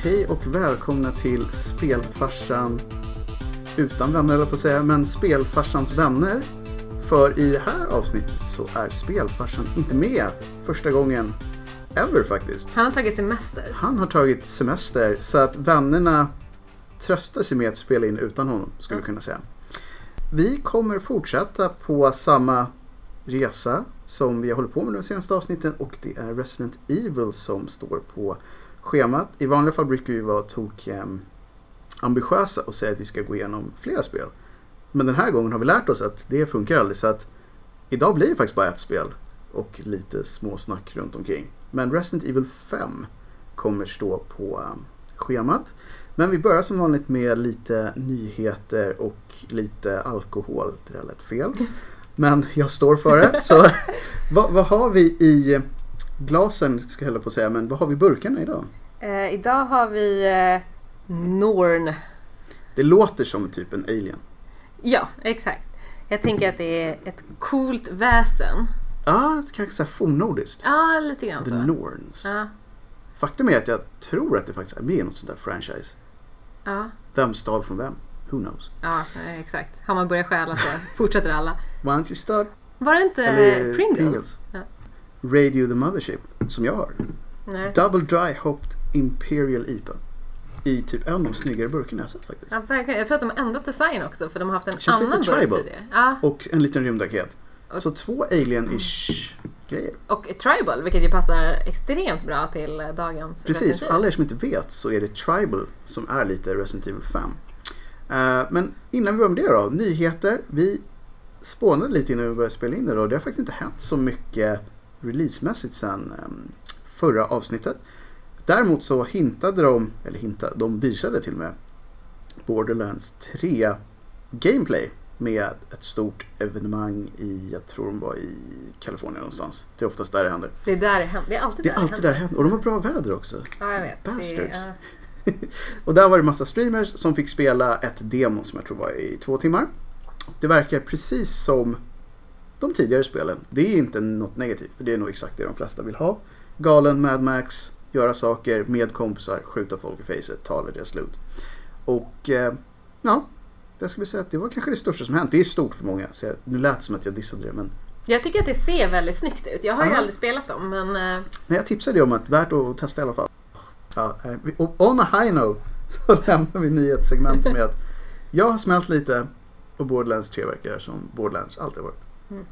Hej och välkomna till Spelfarsan utan vänner, eller på att säga, men Spelfarsans vänner. För i det här avsnittet så är Spelfarsan inte med första gången ever faktiskt. Han har tagit semester. Han har tagit semester så att vännerna tröstar sig med att spela in utan honom, skulle jag kunna säga. Vi kommer fortsätta på samma resa som vi har hållit på med de senaste avsnitten, och det är Resident Evil som står på schemat. I vanliga fall brukar vi vara ambitiösa och säga att vi ska gå igenom flera spel. Men den här gången har vi lärt oss att det funkar aldrig, så att idag blir det faktiskt bara ett spel och lite småsnack runt omkring. Men Resident Evil 5 kommer stå på schemat. Men vi börjar som vanligt med lite nyheter och lite alkohol. Det är lätt fel. Men jag står för det. Så vad har vi i glasen, ska jag hålla på att säga. Men vad har vi i burkarna idag? Idag har vi Norn. Det låter som typ en alien. Ja, exakt. Jag tänker att det är ett coolt väsen. Ja, kanske så här fornnordiskt. Ja, lite grann så. The Norns. Ja. Faktum är att jag tror att det faktiskt är med i något sånt där franchise. Ja. Vem stal från vem? Who knows? Ja, exakt. Har man börjat stjäla så fortsätter alla. Once you start. Var det inte Pringles? Ja. Radio the Mothership, som jag har. Nej. Double Dry Hopped Imperial IPA. I typ en av de snyggare burkarna jag sett faktiskt. Ja, verkligen. Jag tror att de har ändrat design också, för de har haft en känns annan lite burk tribal. tidigare. Ja. Och en liten rymdraket. Så 2 alien-ish grejer. Och tribal, vilket ju passar extremt bra till dagens Precis, Resident för Evil. alla er som inte vet så är det tribal som är lite Resident Evil 5. Men innan vi börjar med det då, nyheter. Vi spånade lite innan vi började spela in det då. Det har faktiskt inte hänt så mycket releasemässigt sedan förra avsnittet. Däremot så de visade till och med Borderlands 3 gameplay med ett stort evenemang i, jag tror de var i Kalifornien någonstans. Det är oftast där det händer. Det är där det händer. Det är alltid där det händer. Och de har bra väder också. Ja, jag vet. Bastards. Och där var det massa streamers som fick spela ett demo som jag tror var i 2 timmar. Det verkar precis som de tidigare spelen. Det är inte något negativt, för det är nog exakt det de flesta vill ha. Galen Mad Max, göra saker med kompisar, skjuta folk i facet, ta det slut. Och ja, det ska vi säga att det var kanske det största som hänt. Det är stort för många, så nu lät det som att jag dissade det, men jag tycker att det ser väldigt snyggt ut. Jag har ju aldrig spelat dem, men men jag tipsade om att värt att testa i alla fall. Ja, och on a high note så lämnar vi nyhetssegmentet med att jag har smält lite och Borderlands 3 verkar som Borderlands alltid har varit. Mm.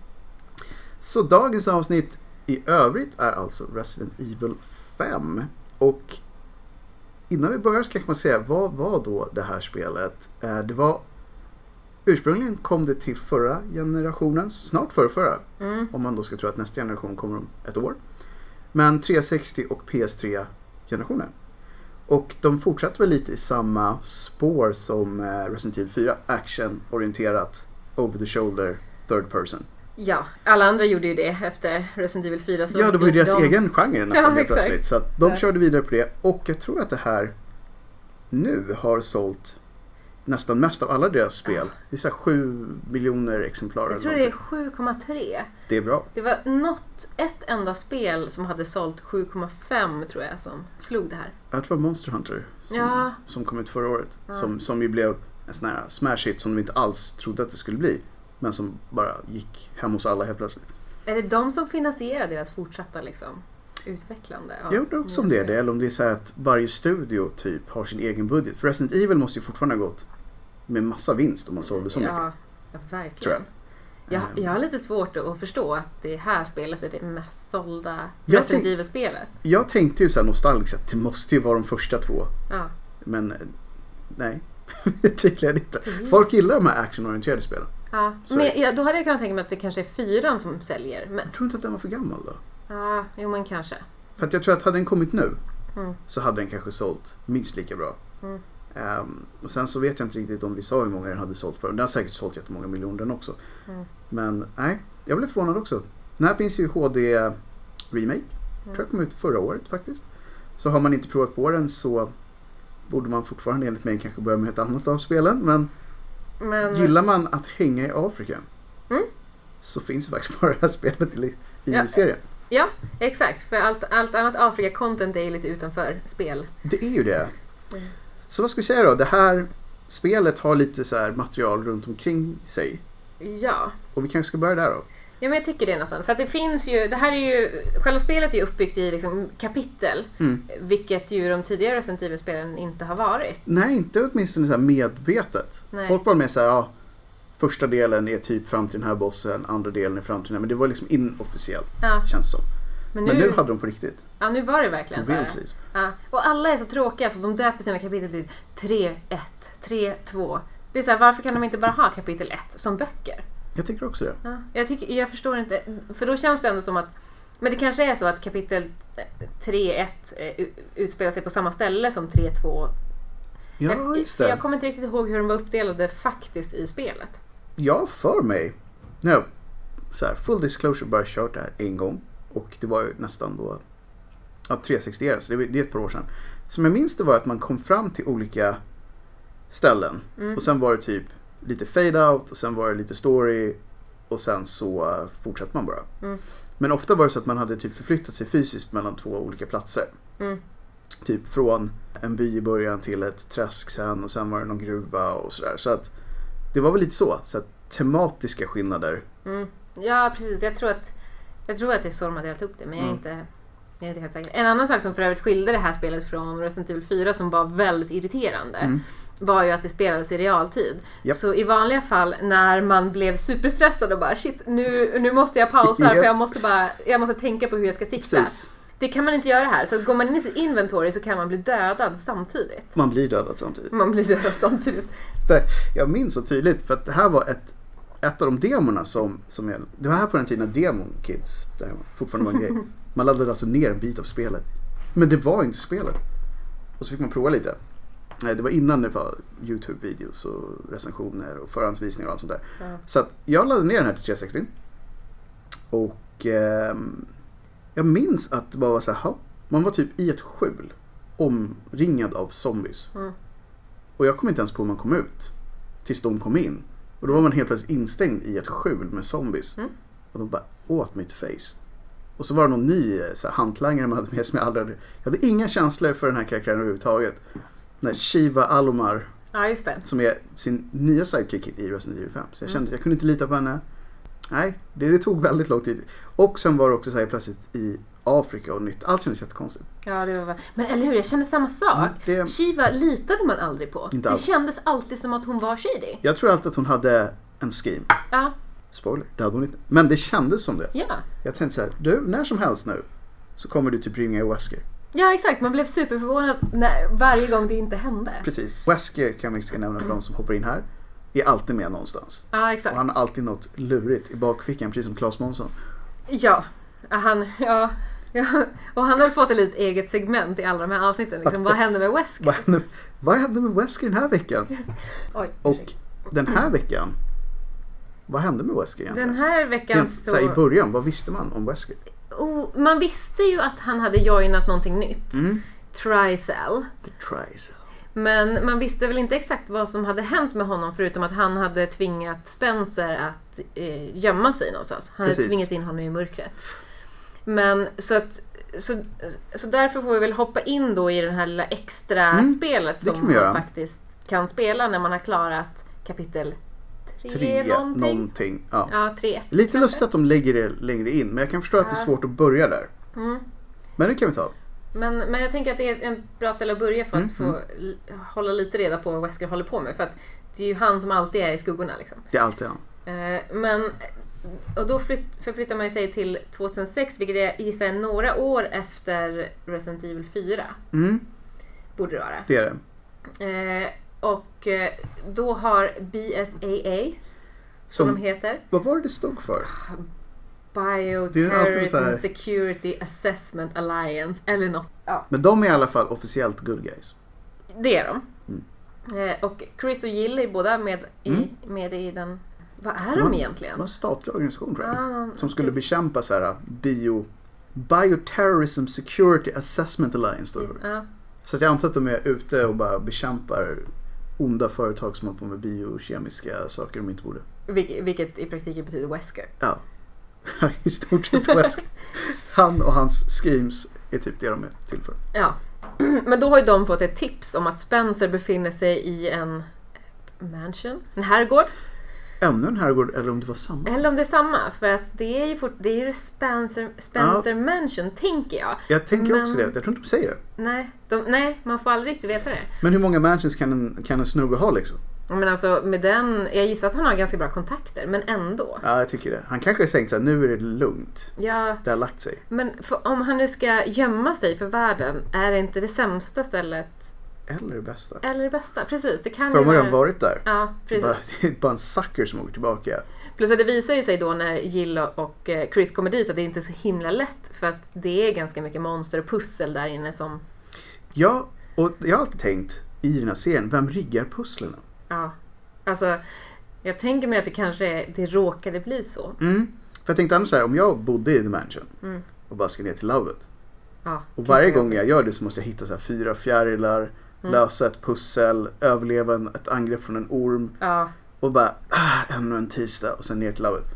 Så dagens avsnitt i övrigt är alltså Resident Evil 5. Och innan vi börjar så kanske man säga, vad var då det här spelet? Det var ursprungligen kom det till förra generationen, snart förra. Om man då ska tro att nästa generation kommer om ett år. Men 360 och PS3-generationen. Och de fortsatte väl lite i samma spår som Resident Evil 4, action-orienterat, over the shoulder, third person. ja, alla andra gjorde ju det efter Resident Evil 4. Så Ja, det var ju deras egen genre nästan helt exakt. plötsligt. Så att de körde vidare på det. Och jag tror att det här nu har sålt nästan mest av alla deras spel. Det är så här 7 miljoner exemplar. Jag tror det är 7,3. Det är bra. Det var ett enda spel som hade sålt 7,5 tror jag, som slog det här. Jag tror det var Monster Hunter som kom ut förra året. Som ju blev en sån här smash hit som de inte alls trodde att det skulle bli. Men som bara gick hem hos alla helt plötsligt. Är det de som finansierar deras fortsatta liksom utvecklande? Jag undrar också om det är det. Eller om det är så här att varje studio typ har sin egen budget. För Resident Evil måste ju fortfarande ha gått med massa vinst om man sålde så mycket. Ja, verkligen. Jag har lite svårt att förstå att det här spelet är det mest sålda Resident Evil-spelet. Jag tänkte ju så här nostalgiskt att det måste ju vara de första 2. Ja. Men nej, tydligen inte. Folk gillar de här actionorienterade spelen. Ja, men då hade jag kunnat tänka mig att det kanske är 4 som säljer mest. Jag tror inte att den var för gammal då. Ja, jo men kanske. För att jag tror att hade den kommit nu så hade den kanske sålt minst lika bra. Och sen så vet jag inte riktigt om vi sa hur många den hade sålt för. Den har säkert sålt jättemånga miljoner den också. Men nej, jag blev förvånad också. Den här finns ju HD remake. Tror jag kom ut förra året faktiskt. Så har man inte provat på den så borde man fortfarande enligt mig kanske börja med ett annat av spelen. Men gillar man att hänga i Afrika så finns det faktiskt bara det här spelet i serien. Ja, exakt. För allt annat Afrika-content är lite utanför spel. Det är ju det. Så vad ska vi säga då? Det här spelet har lite så här material runt omkring sig. Ja. Och vi kanske ska börja där då. Ja, men jag tycker det nästan. För att det finns ju, det här är ju, själva spelet är ju uppbyggt i liksom kapitel. Vilket ju de tidigare Resident Evil-spelen inte har varit. Nej, inte åtminstone så här medvetet. Nej. Folk var med så här, ja, första delen är typ fram till den här bossen, andra delen är fram till den här. Men det var liksom inofficiellt, känns det som. Men nu hade de på riktigt. Ja, nu var det verkligen så här. Ja. Och alla är så tråkiga så de döper sina kapitel till 3-1, 3-2. Det är så här, varför kan de inte bara ha kapitel 1 som böcker? Jag tycker också det. Ja, jag förstår inte. För då känns det ändå som att, men det kanske är så att kapitel 3-1 utspelar sig på samma ställe som 3-2. Ja, just det. Jag kommer inte riktigt ihåg hur de var uppdelade faktiskt i spelet. Ja, för mig. Nej, så här, full disclosure, bara kört det här en gång. Och det var ju nästan då 360, så det är ett par år sedan. Som jag minns det var att man kom fram till olika ställen. Och sen var det typ lite fade out och sen var det lite story och sen så fortsatte man bara. Men ofta var det så att man hade typ förflyttat sig fysiskt mellan två olika platser. Typ från en by i början till ett träsk sen och sen var det någon gruva och sådär. Så att det var väl lite så att tematiska skillnader. Ja, precis. Jag tror att det är så de har delat upp det, men jag är inte helt säker. En annan sak som för övrigt skilde det här spelet från Resident Evil 4 som var väldigt irriterande var ju att det spelades i realtid. Yep. Så i vanliga fall när man blev superstressad och bara shit, nu måste jag pausa för jag måste tänka på hur jag ska sikta. Precis. Det kan man inte göra här. Så går man in i sitt inventory så kan man bli dödad samtidigt. Man blir dödad samtidigt. Jag minns så tydligt för att det här var ett av de demorna som det var här på den tiden när Demon Kids där fortfarande var en grej. Man laddade alltså ner en bit av spelet. Men det var inte spelet. Och så fick man prova lite. Nej, det var innan det var YouTube-videos och recensioner och förhandsvisningar och allt sånt där. Så att jag laddade ner den här till 360. Och jag minns att det bara var så här, man var typ i ett skjul omringad av zombies. Och jag kom inte ens på hur man kom ut tills de kom in. Och då var man helt plötsligt instängd i ett skjul med zombies. Och de bara åt mitt face. Och så var det någon ny så här, hantlangare man hade med sig. Jag hade inga känslor för den här karaktären överhuvudtaget. Den här Shiva Alomar. Ja, just det. Som är sin nya sidekick i Resident Evil 5. Så jag kände att jag kunde inte lita på henne. Nej, det tog väldigt lång tid. Och sen var det också så här plötsligt i Afrika och nytt. Allt kändes jättekonstigt. Ja, det var. Men eller hur, jag kände samma sak. Shiva litade man aldrig på. Det kändes alltid som att hon var shady. Jag tror alltid att hon hade en scheme. Ja. Spoiler, det hade hon inte. Men det kändes som det. Ja. Jag tänkte så här, du, när som helst nu så kommer du typ ringa Wesker. Ja, exakt. Man blev superförvånad varje gång det inte hände. Precis. Wesker kan vi ska nämna för de som hoppar in här. Är alltid med någonstans. Ja, exakt. Och han har alltid något lurigt i bakfickan, precis som Claes Månsson. Ja, och han har fått ett litet eget segment i alla de här avsnitten. Liksom, vad händer med Wesker? Vad hände med Wesker den här veckan? Oj, och den här veckan, vad hände med Wesker egentligen? Den här veckan så i början, vad visste man om Wesker? Man visste ju att han hade joinat någonting nytt. Tricell. The Tricell. Men man visste väl inte exakt vad som hade hänt med honom förutom att han hade tvingat Spencer att gömma sig någonstans. Han hade tvingat in honom i mörkret. Men så därför får vi väl hoppa in då i den här lilla extra spelet som man faktiskt kan spela när man har klarat kapitel 3 någonting. Ja. Ja, 3. Lite lustigt att de lägger det längre in, men jag kan förstå att det är svårt att börja där. Men det kan vi ta. Men jag tänker att det är en bra ställe att börja för att få hålla lite reda på vad Wesker håller på med. För att det är ju han som alltid är i skuggorna. Liksom. Det är alltid han. Och då förflyttar man sig till 2006, vilket jag gissar är några år efter Resident Evil 4. Borde det vara. Det är det. Och då har BSAA, som de heter. Vad var det stod för? Bioterrorism Security Assessment Alliance eller något. Ja. Men de är i alla fall officiellt good guys. Det är de. Och Chris och Jill är båda med i den. Vad är de egentligen? Det var en statlig organisation, tror jag. Som skulle bekämpa så här Bioterrorism Security Assessment Alliance. Så att jag antar att de är ute och bara bekämpar onda företag som har på med biokemiska saker de inte borde. Vilket i praktiken betyder Wesker. Ja. I stort sett Wesker. Han och hans schemes är typ det de är till för. Ja. Men då har ju de fått ett tips om att Spencer befinner sig i en mansion, en herrgård. Ännu en herrgård, eller om det var samma. Eller om det är samma, för att det är ju Spencer Mansion, tänker jag. Jag tänker också det. Jag tror inte de säger det. Nej, man får aldrig riktigt veta det. Men hur många mansions kan en snubbe ha liksom? Men alltså med den, jag gissar att han har ganska bra kontakter, men ändå. Ja, jag tycker det. Han kanske har tänkt så här, nu är det lugnt. Ja. Det har lagt sig. Men om han nu ska gömma sig för världen, är det inte det sämsta stället? Eller det bästa. Eller det bästa, precis. Det kan för ju de har redan varit där. Ja, precis. Det är bara en sucker som åker tillbaka. Plus att det visar ju sig då när Jill och Chris kommer dit att det inte är så himla lätt, för att det är ganska mycket monster och pussel där inne som... Ja, och jag har alltid tänkt i den här serien, vem riggar pusslerna? Ja, alltså jag tänker mig att det råkade bli så. För jag tänkte annars så här, om jag bodde i The Mansion och bara ska ner till lovet. Ja, och varje gång jag gör det så måste jag hitta så här 4 fjärilar, lösa ett pussel, överleva ett angrepp från en orm. Ja. Och bara, ännu en tisdag och sen ner till lovet.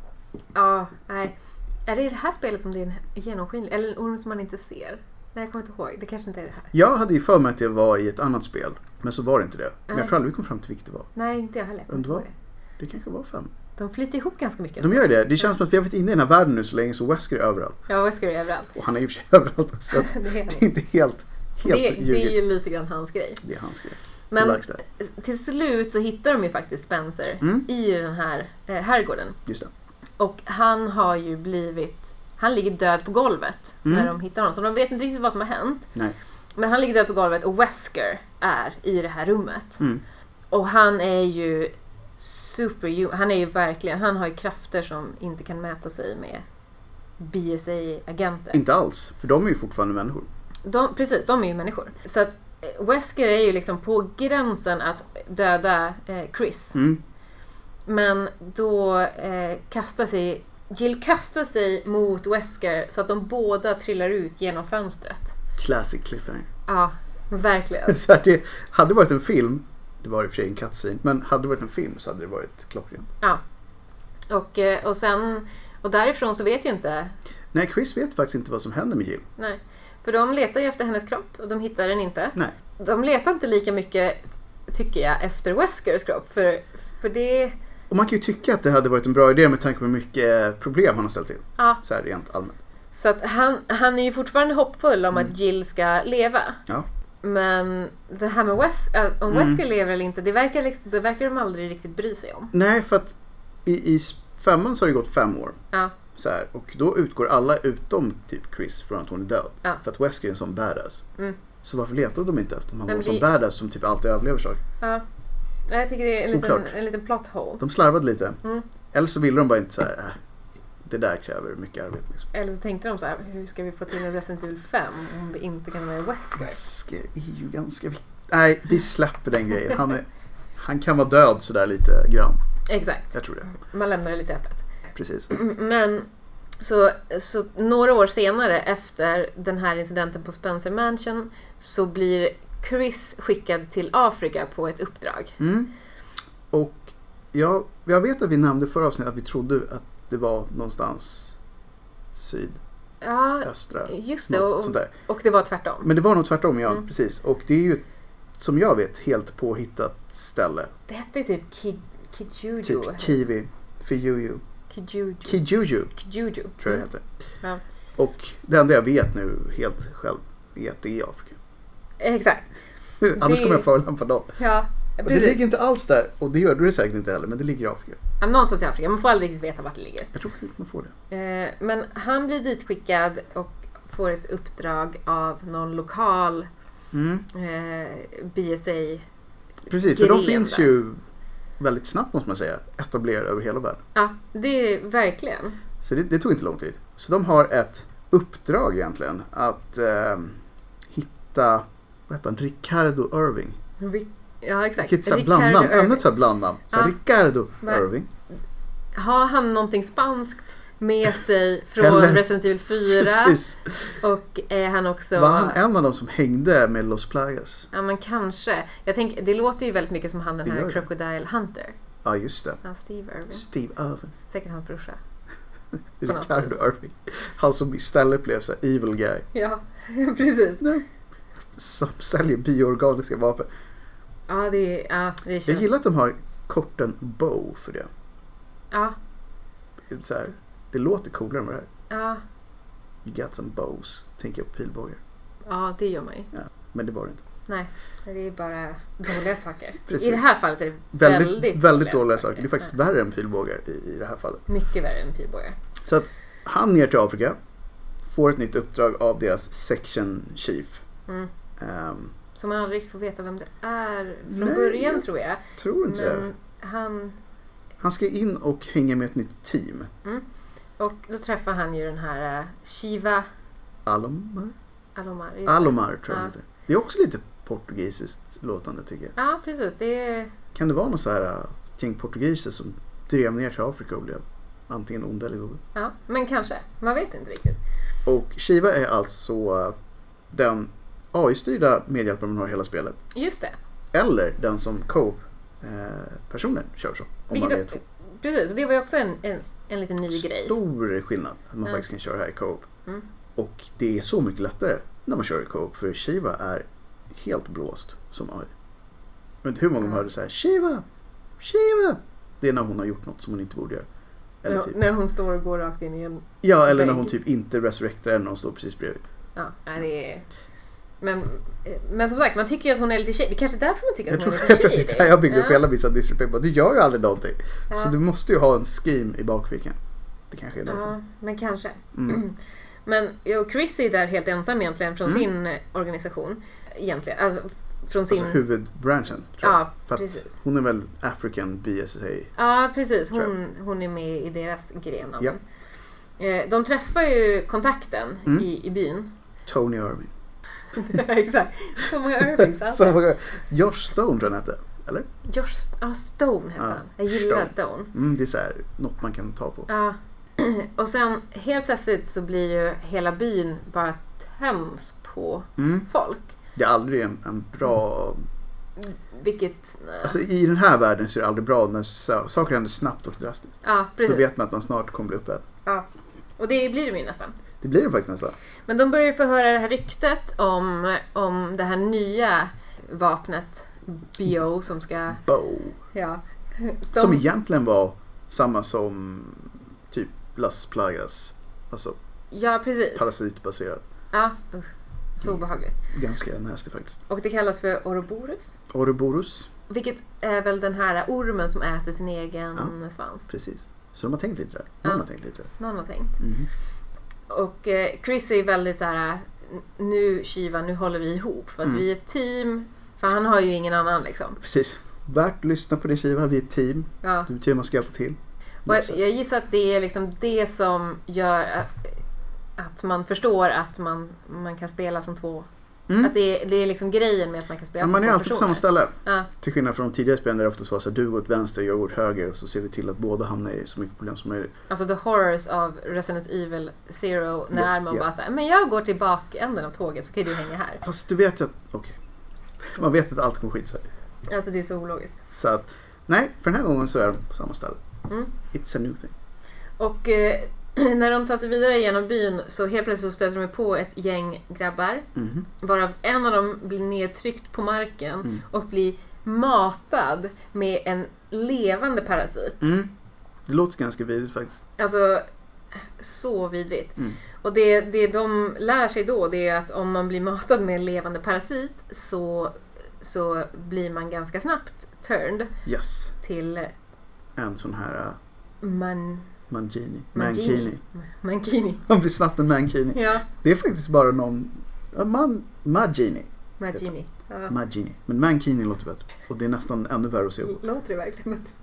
Ja, nej. Är det i det här spelet som det är en genomskinlig, eller en orm som man inte ser? Nej, jag kommer inte ihåg. Det kanske inte är det här. Jag hade ju för mig att det var i ett annat spel. Men så var det inte det. Men jag tror aldrig vi kom fram till vilket det var. Nej, inte jag heller. Det kanske var 5. De flyter ihop ganska mycket. De gör det. Det känns som att vi har varit inne i den här världen nu så länge, så Wesker är överallt. Ja, Wesker är överallt. Och han är ju överallt. Så det är inte helt det är ju lite grann hans grej. Det är hans grej. Men till slut så hittar de ju faktiskt Spencer i den här herrgården. Just det. Och han har ju han ligger död på golvet när de hittar honom. Så de vet inte riktigt vad som har hänt. Nej. Men han ligger död på golvet och Wesker är i det här rummet. Och han är ju han är ju verkligen, han har ju krafter som inte kan mäta sig med BSA-agenter. Inte alls, för de är ju fortfarande människor. Precis, de är ju människor. Så att Wesker är ju liksom på gränsen att döda Chris. Men då Jill kastar sig mot Wesker så att de båda trillar ut genom fönstret. Classic cliffhanger. Ja, verkligen. Så det hade varit en film, det var i och för sig en cutscene, men hade det varit en film så hade det varit klockrent. Ja. Och sen, och därifrån så vet ju inte... Nej, Chris vet faktiskt inte vad som händer med Jill. Nej, för de letar ju efter hennes kropp och de hittar den inte. Nej. De letar inte lika mycket, tycker jag, efter Weskers kropp, för det... Och man kan ju tycka att det hade varit en bra idé med tanke på hur mycket problem han har ställt till. Ja. Så här rent allmänt. Så att han är ju fortfarande hoppfull om att Jill ska leva. Ja. Men det här med om Wesker lever eller inte, det verkar de aldrig riktigt bry sig om. Nej, för att i 5:an så har det gått 5 år. Ja. Så här, och då utgår alla utom typ Chris från att hon är död. Ja. För att Wesker är en sån badass. Så varför letade de inte efter? Man var en sån det... badass som typ alltid överlever saker. Ja. Jag tycker det är en liten plot hole. De slarvade lite. Eller så ville de bara inte så här, det där kräver mycket arbete. Liksom. Eller så tänkte de så här, hur ska vi få till en Resident Evil 5 om vi inte kan vara Wesker? Wesker är ju ganska viktigt. Nej, vi släpper den grejen. Han kan vara död sådär lite grann. Exakt. Jag tror det. Man lämnar det lite öppet. Precis. Men så några år senare efter den här incidenten på Spencer Mansion så blir Chris skickad till Afrika på ett uppdrag. Och jag vet att vi nämnde förra avsnittet att vi trodde att det var någonstans östra. Just det. Och det var tvärtom. Men det var nog tvärtom, ja. Precis. Och det är ju, som jag vet, helt påhittat ställe. Det hette ju typ Kijuju. Typ Kiwi. Fijuju. Kijuju. Tror jag det heter. Ja. Och det enda jag vet nu helt själv är att det är Afrika. Exakt. Annars kommer jag förolämpa dem. Ja. Och det ligger inte alls där, och det gör det säkert inte heller, men det ligger i Afrika. Ja, någonstans i Afrika, man får aldrig riktigt veta vart det ligger. Jag tror inte man får det. Men han blir ditskickad och får ett uppdrag av någon lokal BSA. Precis, för de finns ju väldigt snabbt, måste man säga, etablerade över hela världen. Ja, det är verkligen. Så det tog inte lång tid. Så de har ett uppdrag egentligen att hitta, vad heter han, Ricardo Irving. Ja, exakt. Vilket så blandnamn, ännu ett så blandnamn. Ricardo Irving. Har han någonting spanskt med sig från Resident Evil 4? Precis. Och är han också... Var han en av dem som hängde med Los Plagas? Ja, men kanske. Jag tänker, det låter ju väldigt mycket som han, den här Crocodile Hunter. Ja, just det. Ja, Steve Irving. Steve Irving. Säkert hans brorsa. Ricardo Irving. Han som istället blev så här evil guy. Ja, precis. Som säljer bioorganiska vapen. Ja, det känns... Jag gillar att de har korten bow för det. Ja. Så här, det låter coolare än vad det här. Ja. You got some bows. Tänker jag på pilbågar. Ja, det gör man ju. Ja, men det var det inte. Nej, det är bara dåliga saker. Precis. I det här fallet är det väldigt dåliga saker. Det är faktiskt värre än pilbågar i det här fallet. Mycket värre än pilbågar. Så att han ner till Afrika får ett nytt uppdrag av deras section chief. Så man aldrig riktigt får veta vem det är från början, tror jag. Tror inte det. Han ska in och hänga med ett nytt team. Och då träffar han ju den här Shiva Alomar tror jag heter. Det är också lite portugisiskt låtande, tycker jag. Ja, precis. Kan det vara någon så här gäng portugiser som drev ner till Afrika och blev antingen onda eller goda? Ja, men kanske. Man vet inte riktigt. Och Shiva är alltså den AI-styrda medhjälparen man har i hela spelet. Just det. Eller den som personen kör så. Om man är två. Precis, och det var ju också en liten ny grej. Stor skillnad att man faktiskt kan köra här i co-op. Och det är så mycket lättare när man kör i co-op. För Shiva är helt blåst som AI. Men hur många hörde så här: Shiva! Det är när hon har gjort något som hon inte borde göra. Eller typ. När hon står och går rakt in i en... Ja, eller när hon typ inte resurrectar när hon står precis bredvid. Ja, det är... Men som sagt, man tycker ju att hon är lite tjej. Det är kanske därför man tycker att hon är lite tjej. Jag tror att det är där jag bygger upp hela vissa disrespect. Du gör ju aldrig någonting. Ja. Så du måste ju ha en scheme i bakfickan. Det kanske är därför. Ja, men kanske. Men Chris är där helt ensam egentligen från sin organisation. Egentligen. Från sin... Alltså huvudbranchen, tror jag. Ja, precis. Hon är väl African BSA. Ja, precis. Hon är med i deras gren. Ja. De träffar ju kontakten i byn. Tony Irving. Exakt. Så många Irvings alltså. Josh Stone tror jag han hette. Eller? Stone hette han. Jag gillar Stone. Det är så här, något man kan ta på. Ja. Och sen helt plötsligt så blir ju hela byn bara töms på folk. Det är aldrig en bra... Vilket... Alltså i den här världen så är det aldrig bra när saker händer snabbt och drastiskt. Ja, precis. Då vet man att man snart kommer bli uppäten. Ja, och det blir det ju nästan. Det blir det faktiskt nästan. Men de börjar ju få höra det här ryktet om det här nya vapnet BO som ska... Bow. Ja. Som egentligen var samma som typ Las Plagas. Alltså precis. Parasitbaserat. Ja, så obehagligt. Ganska nasty faktiskt. Och det kallas för Ouroboros. Ouroboros. Vilket är väl den här ormen som äter sin egen svans. Precis. Så de har tänkt lite där. Någon har tänkt. Och Chris är väldigt så här: nu Shiva, nu håller vi ihop för att vi är ett team. För han har ju ingen annan liksom. Precis. Värt att lyssna på det, Shiva, vi är ett team. Ja. Du betyder man ska hjälpa till. Och jag gissar att det är liksom det som gör att man förstår att man kan spela som två. Att det är liksom grejen med att man kan spela som två personer. Man är alltid på samma ställe. Till skillnad från de tidigare spelen där det oftast var så att du går åt vänster, jag går åt höger och så ser vi till att båda hamnar i så mycket problem som möjligt. Alltså the horrors av Resident Evil Zero när man bara säger, men jag går till bakänden av tåget så kan du hänga här. Fast du vet ju att, man vet att allt kommer skita sig. Alltså det är så ologiskt. Så att, nej, för den här gången så är de på samma ställe. It's a new thing. Och när de tar sig vidare genom byn så helt plötsligt så stöter de på ett gäng grabbar. Varav en av dem blir nedtryckt på marken och blir matad med en levande parasit. Det låter ganska vidrigt faktiskt. Alltså, så vidrigt. Och det de lär sig då, det är att om man blir matad med en levande parasit så blir man ganska snabbt turned till en sån här Mankini. Man blir snabbt en mankini. Ja. Det är faktiskt bara någon Magini. Ja. Magini. Men mankini låter bättre. Och det är nästan ännu värre att se på. Låter det verkligen bättre?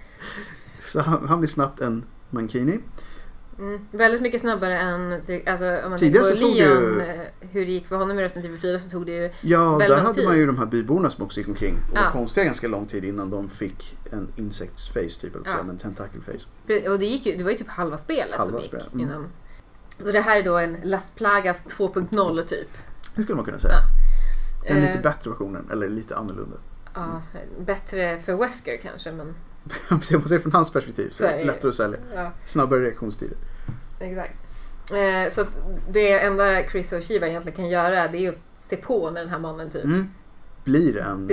Så han blir snabbt en mankini. Väldigt mycket snabbare än alltså, om man tidigare tänker på Leon, hur det gick för honom i Resident Evil 4 så tog det ju där hade man ju de här byborna som också gick omkring och var konstiga ganska lång tid innan de fick en insects face typ, eller en tentacle face. Och det var ju typ halva spelet som gick innan. Så det här är då en Las Plagas 2.0 typ. Det skulle man kunna säga. En lite bättre versionen, eller lite annorlunda. Ja, bättre för Wesker kanske, men... Om man ser från hans perspektiv så är det lättare att sälja. Snabbare reaktionstider. Exakt. Så det enda Chris och Shiva egentligen kan göra, det är att se på när den här mannen typ blir en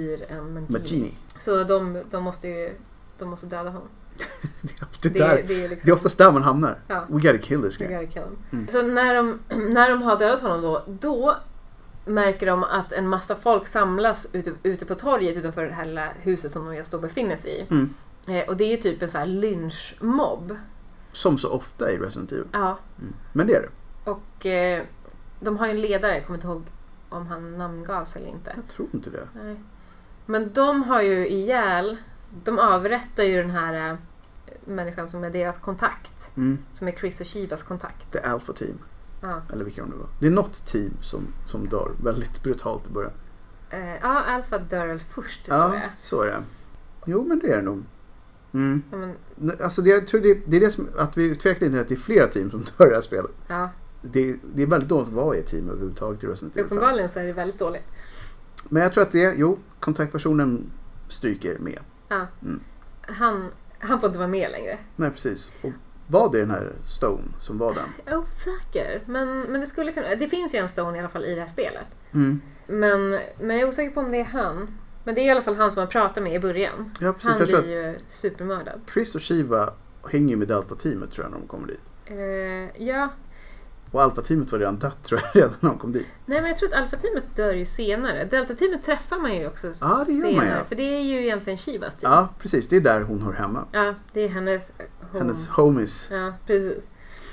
Magini. Så de måste döda honom. Det är alltid där. Det är oftast där man hamnar. Ja. We gotta kill this guy. Så när de har dödat honom då märker de att en massa folk samlas ute på torget utanför det här lilla huset som de just då befinner sig i. Och det är ju typ en så här lynchmobb. Som så ofta i Resident Evil. Ja. Men det är det. Och de har ju en ledare, jag kommer inte ihåg om han namngavs eller inte. Jag tror inte det. Nej. Men de har ju de avrättar ju den här människan som är deras kontakt. Som är Chris och Shivas kontakt. The Alpha Team. Ja. Eller vilka de nu var. Det är något team som dör väldigt brutalt i början. Ja, Alpha dör väl först, tror jag. Ja, så är det. Jo, men det är det nog. Ja, men... Alltså jag tror det är det som att vi tvekar inte att det är flera team som dör i det här spelet. Ja. Det är väldigt dåligt att vara i ett team överhuvudtaget i Resident Evil. Uppenbarligen så är det väldigt dåligt. Men jag tror att kontaktpersonen stryker med. Ja. Han får inte vara med längre. Nej, precis. Och var det den här Stone som var den? Jag är osäker. Men det skulle kunna... Det finns ju en Stone i alla fall i det här spelet. Men jag är osäker på om det är han. Men det är i alla fall han som man pratar med i början. Ja, precis. Han blir ju supermördad. Chris och Shiva hänger ju med Delta-teamet, tror jag, när de kommer dit. Ja. Och Alpha-teamet var redan dött, tror jag, redan när de kom dit. Nej, men jag tror att Alpha-teamet dör ju senare. Delta-teamet träffar man ju också det gör senare. man, ja. För det är ju egentligen Shivas team. Ja, precis. Det är där hon hör hemma. Ja, det är hennes homies. Ja, precis.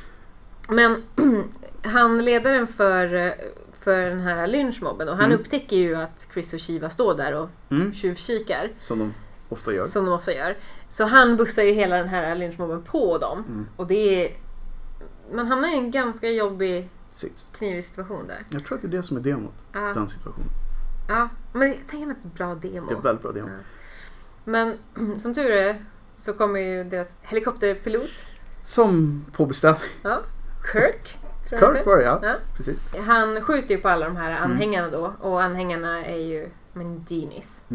Men han ledaren för den här lynchmobben. Och han upptäcker ju att Chris och Shiva står där och tjuvkikar. Som de ofta gör. Så han bussar ju hela den här lynchmobben på dem. Och det är... Man hamnar i en ganska jobbig knivig situation där. Jag tror att det är det som är demot. Den situationen. Ja, men jag tänker att det är ett bra demo. Det är ett väldigt bra demo. Ja. Men som tur är så kommer ju deras helikopterpilot. Som på beställning. Ja, Kirk. Kirk var det, ja. Precis. Han skjuter ju på alla de här anhängarna då. Och anhängarna är ju Manginis.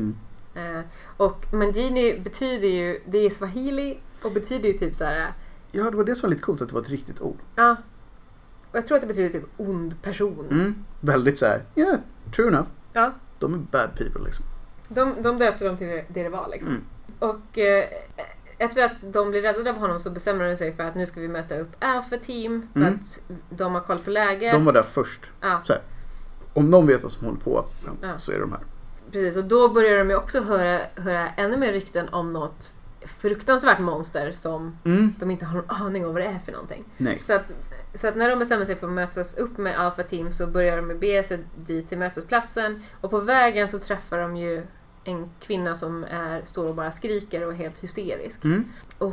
Och Mangini betyder ju, det är swahili och betyder ju typ så här. Ja, det var det som var lite coolt, att det var ett riktigt ord. Ja. Och jag tror att det betyder typ ond person. Väldigt så här, yeah, true enough. Ja. De är bad people liksom. De döpte dem till det var liksom. Och efter att de blir räddade av honom så bestämmer de sig för att nu ska vi möta upp Alpha Team. För att de har koll på läget. De var där först. Ja. Så här, om någon vet vad som håller på så är de här. Precis, och då börjar de ju också höra ännu mer rykten om något fruktansvärt monster som de inte har någon aning om vad det är för någonting. Nej. Så att när de bestämmer sig för att mötas upp med Alpha Team så börjar de bege sig dit till mötesplatsen. Och på vägen så träffar de ju en kvinna som står och bara skriker och är helt hysterisk. Och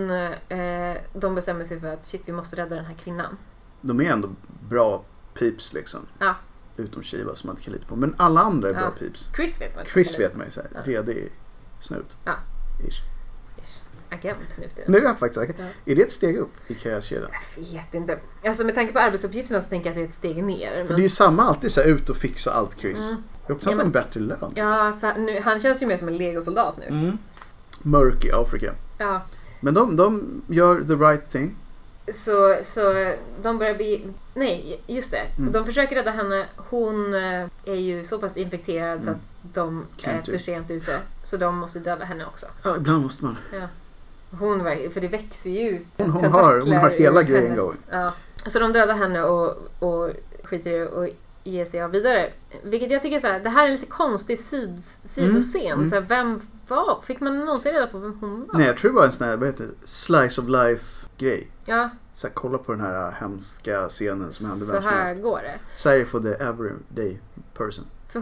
de bestämmer sig för att shit, vi måste rädda den här kvinnan. De är ändå bra peeps liksom. Ja. Utom Shiva som man inte kan lita på. Men alla andra är bra peeps. Chris vet man ju såhär. Redig snut. Ja. Ish. Agent nu efter det. Nu är jag faktiskt säker. Är det ett steg upp i karriärskedjan? Jag vet inte. Alltså med tanke på arbetsuppgifterna så tänker jag att det är ett steg ner. För det är ju samma alltid så här, ut och fixa allt Chris. Jag hoppas han får en bättre lön. Ja, för nu, han känns ju mer som en legosoldat nu. Mörk i Afrika. Ja. Men de gör the right thing. Så de börjar nej, just det. De försöker rädda henne. Hon är ju så pass infekterad så att de är för sent ute. Så de måste döda henne också. Ja, ibland måste man. Ja. För det växer ju ut. Hon har hela grejen going. Ja. Så de dödar henne och skiter i och ger sig av vidare. Vilket jag tycker är så här, det här är en lite konstig sidoscen. Så här, vem var? Fick man någonsin reda på vem hon var? Nej, jag tror det var en sån här, vad heter det? Slice of life grej. Ja. Så här, kolla på den här hemska scenen som hände vem som helst. Så här går det. Säg for the everyday person. För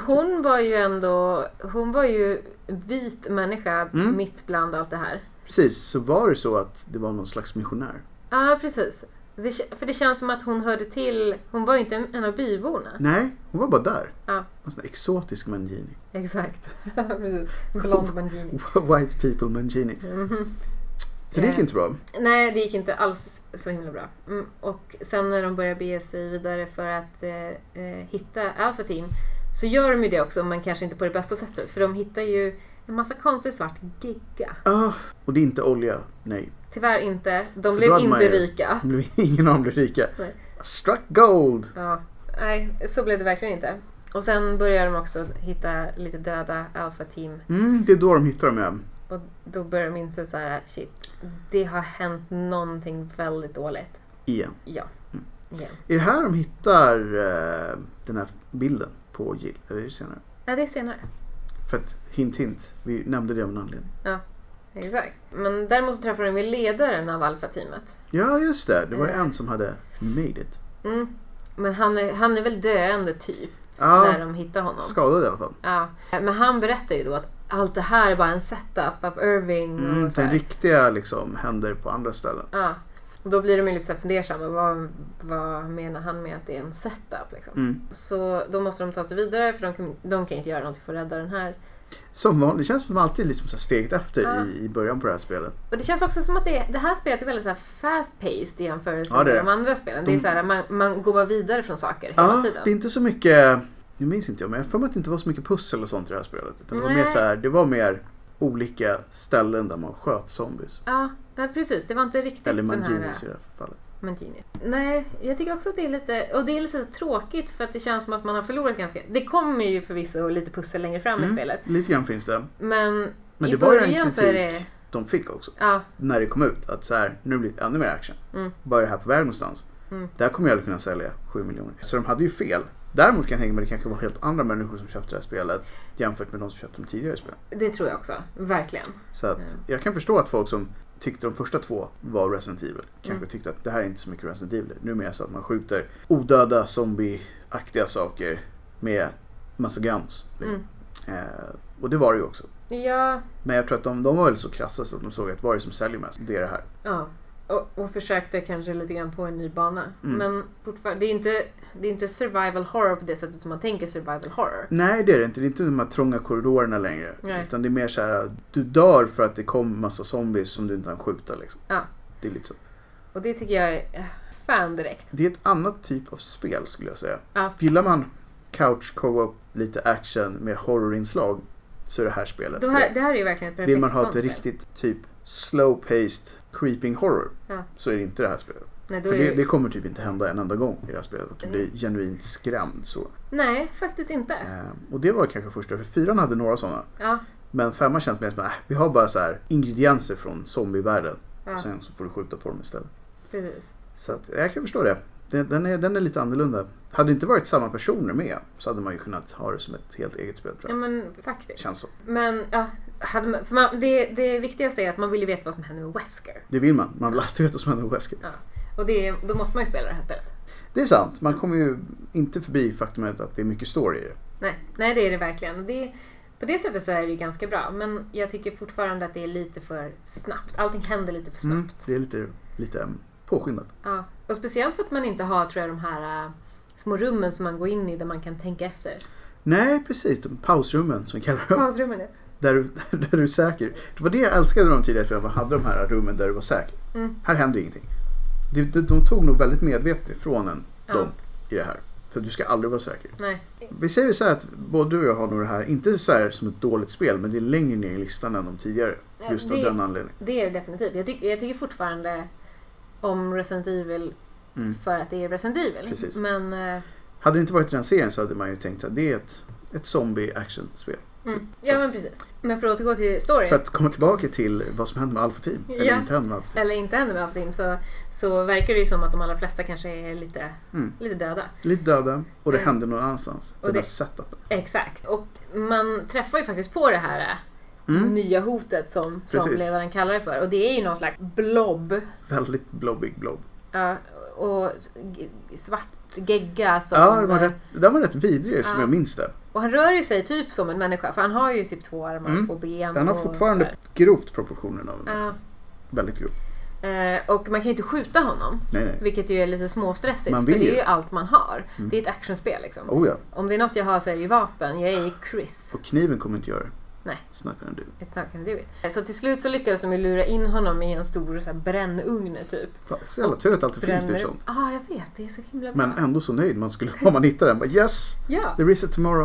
hon var ju vit människa mitt bland allt det här. Precis, så var det så att det var någon slags missionär. Ja, precis. För det känns som att hon hörde till, hon var ju inte en av byborna. Nej, hon var bara där. Ja. En sån där exotisk Mangini. Exakt. Precis. Blond Mangini. White people Mangini. Så det gick inte bra. Nej, det gick inte alls så himla bra. Och sen när de börjar bege sig vidare för att hitta Alpha Team så gör de ju det också, men kanske inte på det bästa sättet. För de hittar ju En massa konstig svart gegga. Och det är inte olja, nej. Tyvärr inte. De blev inte rika. Ingen av dem blev rika. Nej. Struck gold! Ja, nej, så blev det verkligen inte. Och sen börjar de också hitta lite döda alfa-team. Det är då de hittar dem igen. Och då börjar de inse så här, shit, det har hänt någonting väldigt dåligt. Igen. Ja, igen. Är det här de hittar den här bilden på Jill? Eller är det senare? Ja, det är senare. För att, hint, vi nämnde det av en anledning. Ja, exakt. Men däremot så träffar de med ledaren av alfa-teamet. Ja, just det. Det var en som hade made it. Men han är väl döende typ. När de hittar honom. Skadad i alla fall. Ja, men han berättar ju då att allt det här är bara en setup av Irving. Och så den riktiga liksom händer på andra ställen. Ja, och då blir de ju lite så här fundersamma. Vad menar han med att det är en setup liksom? Så då måste de ta sig vidare för de kan inte göra någonting för att rädda den här. Som vanligt, det känns som att de alltid liksom så steget efter i början på det här spelet. Och det känns också som att det här spelet är väldigt så här fast-paced i jämförelse med de andra spelen. Det är så här, man går bara vidare från saker hela tiden. Det är inte så mycket, nu minns inte jag, men jag får mig att det inte var så mycket pussel och sånt i det här spelet. Utan det var mer så här, det var mer olika ställen där man sköt zombies. Ja, precis. Det var inte riktigt eller den här... Eller Manginis i det här fallet. Mangini. Nej, jag tycker också att det är lite... Och det är lite tråkigt för att det känns som att man har förlorat ganska... Det kommer ju förvisso lite pussel längre fram i spelet. Lite grann finns det. Men i det början var ju en kritik så är det... de fick också. När det kom ut. Att så här, nu blir det ännu mer action. Bara det här på väg någonstans. Där kommer jag att kunna sälja 7 miljoner. Så de hade ju fel. Däremot kan jag tänka mig att det kanske var helt andra människor som köpte det här spelet jämfört med de som köpte de tidigare spelen. Det tror jag också. Verkligen. Så att jag kan förstå att folk som tyckte de första 2 var Resident Evil kanske tyckte att det här är inte så mycket Resident Evil. Nu är det mer så att man skjuter odöda zombie-aktiga saker med massa guns. Och det var det ju också. Ja. Men jag tror att de var väl så krassa så att de såg att vad är det som säljer mest? Det är det här. Ja. Och försökte kanske lite grann på en ny bana. Men fortfarande, det är inte survival horror på det sättet som man tänker survival horror. Nej, det är det inte. Det är inte de här trånga korridorerna längre. Nej. Utan det är mer så här, du dör för att det kommer massa zombies som du inte kan skjuta. Liksom. Ja. Det är lite så. Och det tycker jag är fan direkt. Det är ett annat typ av spel skulle jag säga. Ja. Gillar man couch co-op, lite action med horrorinslag så är det här spelet. Det här är ju verkligen ett perfekt. Vill man ha ett riktigt typ slow-paced creeping horror så är det inte det här spelet. Nej, för det kommer typ inte hända en enda gång i det här spelet. Att du blir genuint skrämd så. Nej, faktiskt inte. Och det var kanske första. För 4 hade några sådana. Ja. Men 5 känns mer som att vi har bara så här ingredienser från zombievärlden. Och sen så får du skjuta på dem istället. Precis. Så att, jag kan förstå det. Den är lite annorlunda. Hade det inte varit samma personer med så hade man ju kunnat ha det som ett helt eget spel. Ja, men faktiskt. Känns så. Men ja, det viktigaste är att man vill ju veta vad som händer med Wesker. Det vill man. Man vill alltid veta vad som händer med Wesker. Ja. Och då måste man ju spela det här spelet. Det är sant. Man kommer ju inte förbi faktumet att det är mycket story i det. Nej, det är det verkligen. På det sättet så är det ju ganska bra. Men jag tycker fortfarande att det är lite för snabbt. Allting händer lite för snabbt. Det är lite påskyndat. Ja. Och speciellt för att man inte har, tror jag, de här små rummen som man går in i där man kan tänka efter. Nej, precis. De pausrummen som vi kallar dem. Pausrummen, ja. Där du är säker. Det var det jag älskade med de tidigare spelen. Man hade de här rummen där du var säker. Här händer ingenting. De tog nog väldigt medvetet från dem i det här. För du ska aldrig vara säker. Nej. Vi säger så här att både du och jag har nog det här, inte så här som ett dåligt spel, men det är längre ner i listan än de tidigare. Just av den anledningen. Det är det definitivt. Jag tycker fortfarande om Resident Evil för att det är Resident Evil. Precis. Men hade det inte varit den serien så hade man ju tänkt att det är ett zombie-action-spel. Ja, men precis. Men för att återgå till storyn. För att komma tillbaka till vad som händer med Alpha Team. Eller inte händer med Alpha Team. Eller inte händer med Alpha Team. Så verkar det ju som att de allra flesta kanske är lite döda. Lite döda. Och det händer någon annanstans. Den där setupen. Exakt. Och man träffar ju faktiskt på det här nya hotet som ledaren kallar det för. Och det är ju någon slags blob. Väldigt blobbig blob. Ja, och svart gegga som... Ja, den var rätt vidrig som jag minns det. Och han rör ju sig typ som en människa. För han har ju typ 2 armar och 2 ben. Han har fortfarande grovt proportionen av den. Väldigt grovt. Och man kan ju inte skjuta honom. Nej. Vilket ju är lite småstressigt. För det är ju allt man har. Det är ett actionspel liksom. Oh, ja. Om det är något jag har så är det ju vapen. Jag är ju Chris. Och kniven kommer inte göra det. Nej. It's not gonna do it. It's not gonna do it. Så till slut så lyckades de ju lura in honom i en stor så här, brännugn typ. Så jävla tur att alltid finns typ sånt. Ja, jag vet. Det är så himla bra. Men ändå så nöjd man skulle om man hittar den. But yes, there is a tomorrow.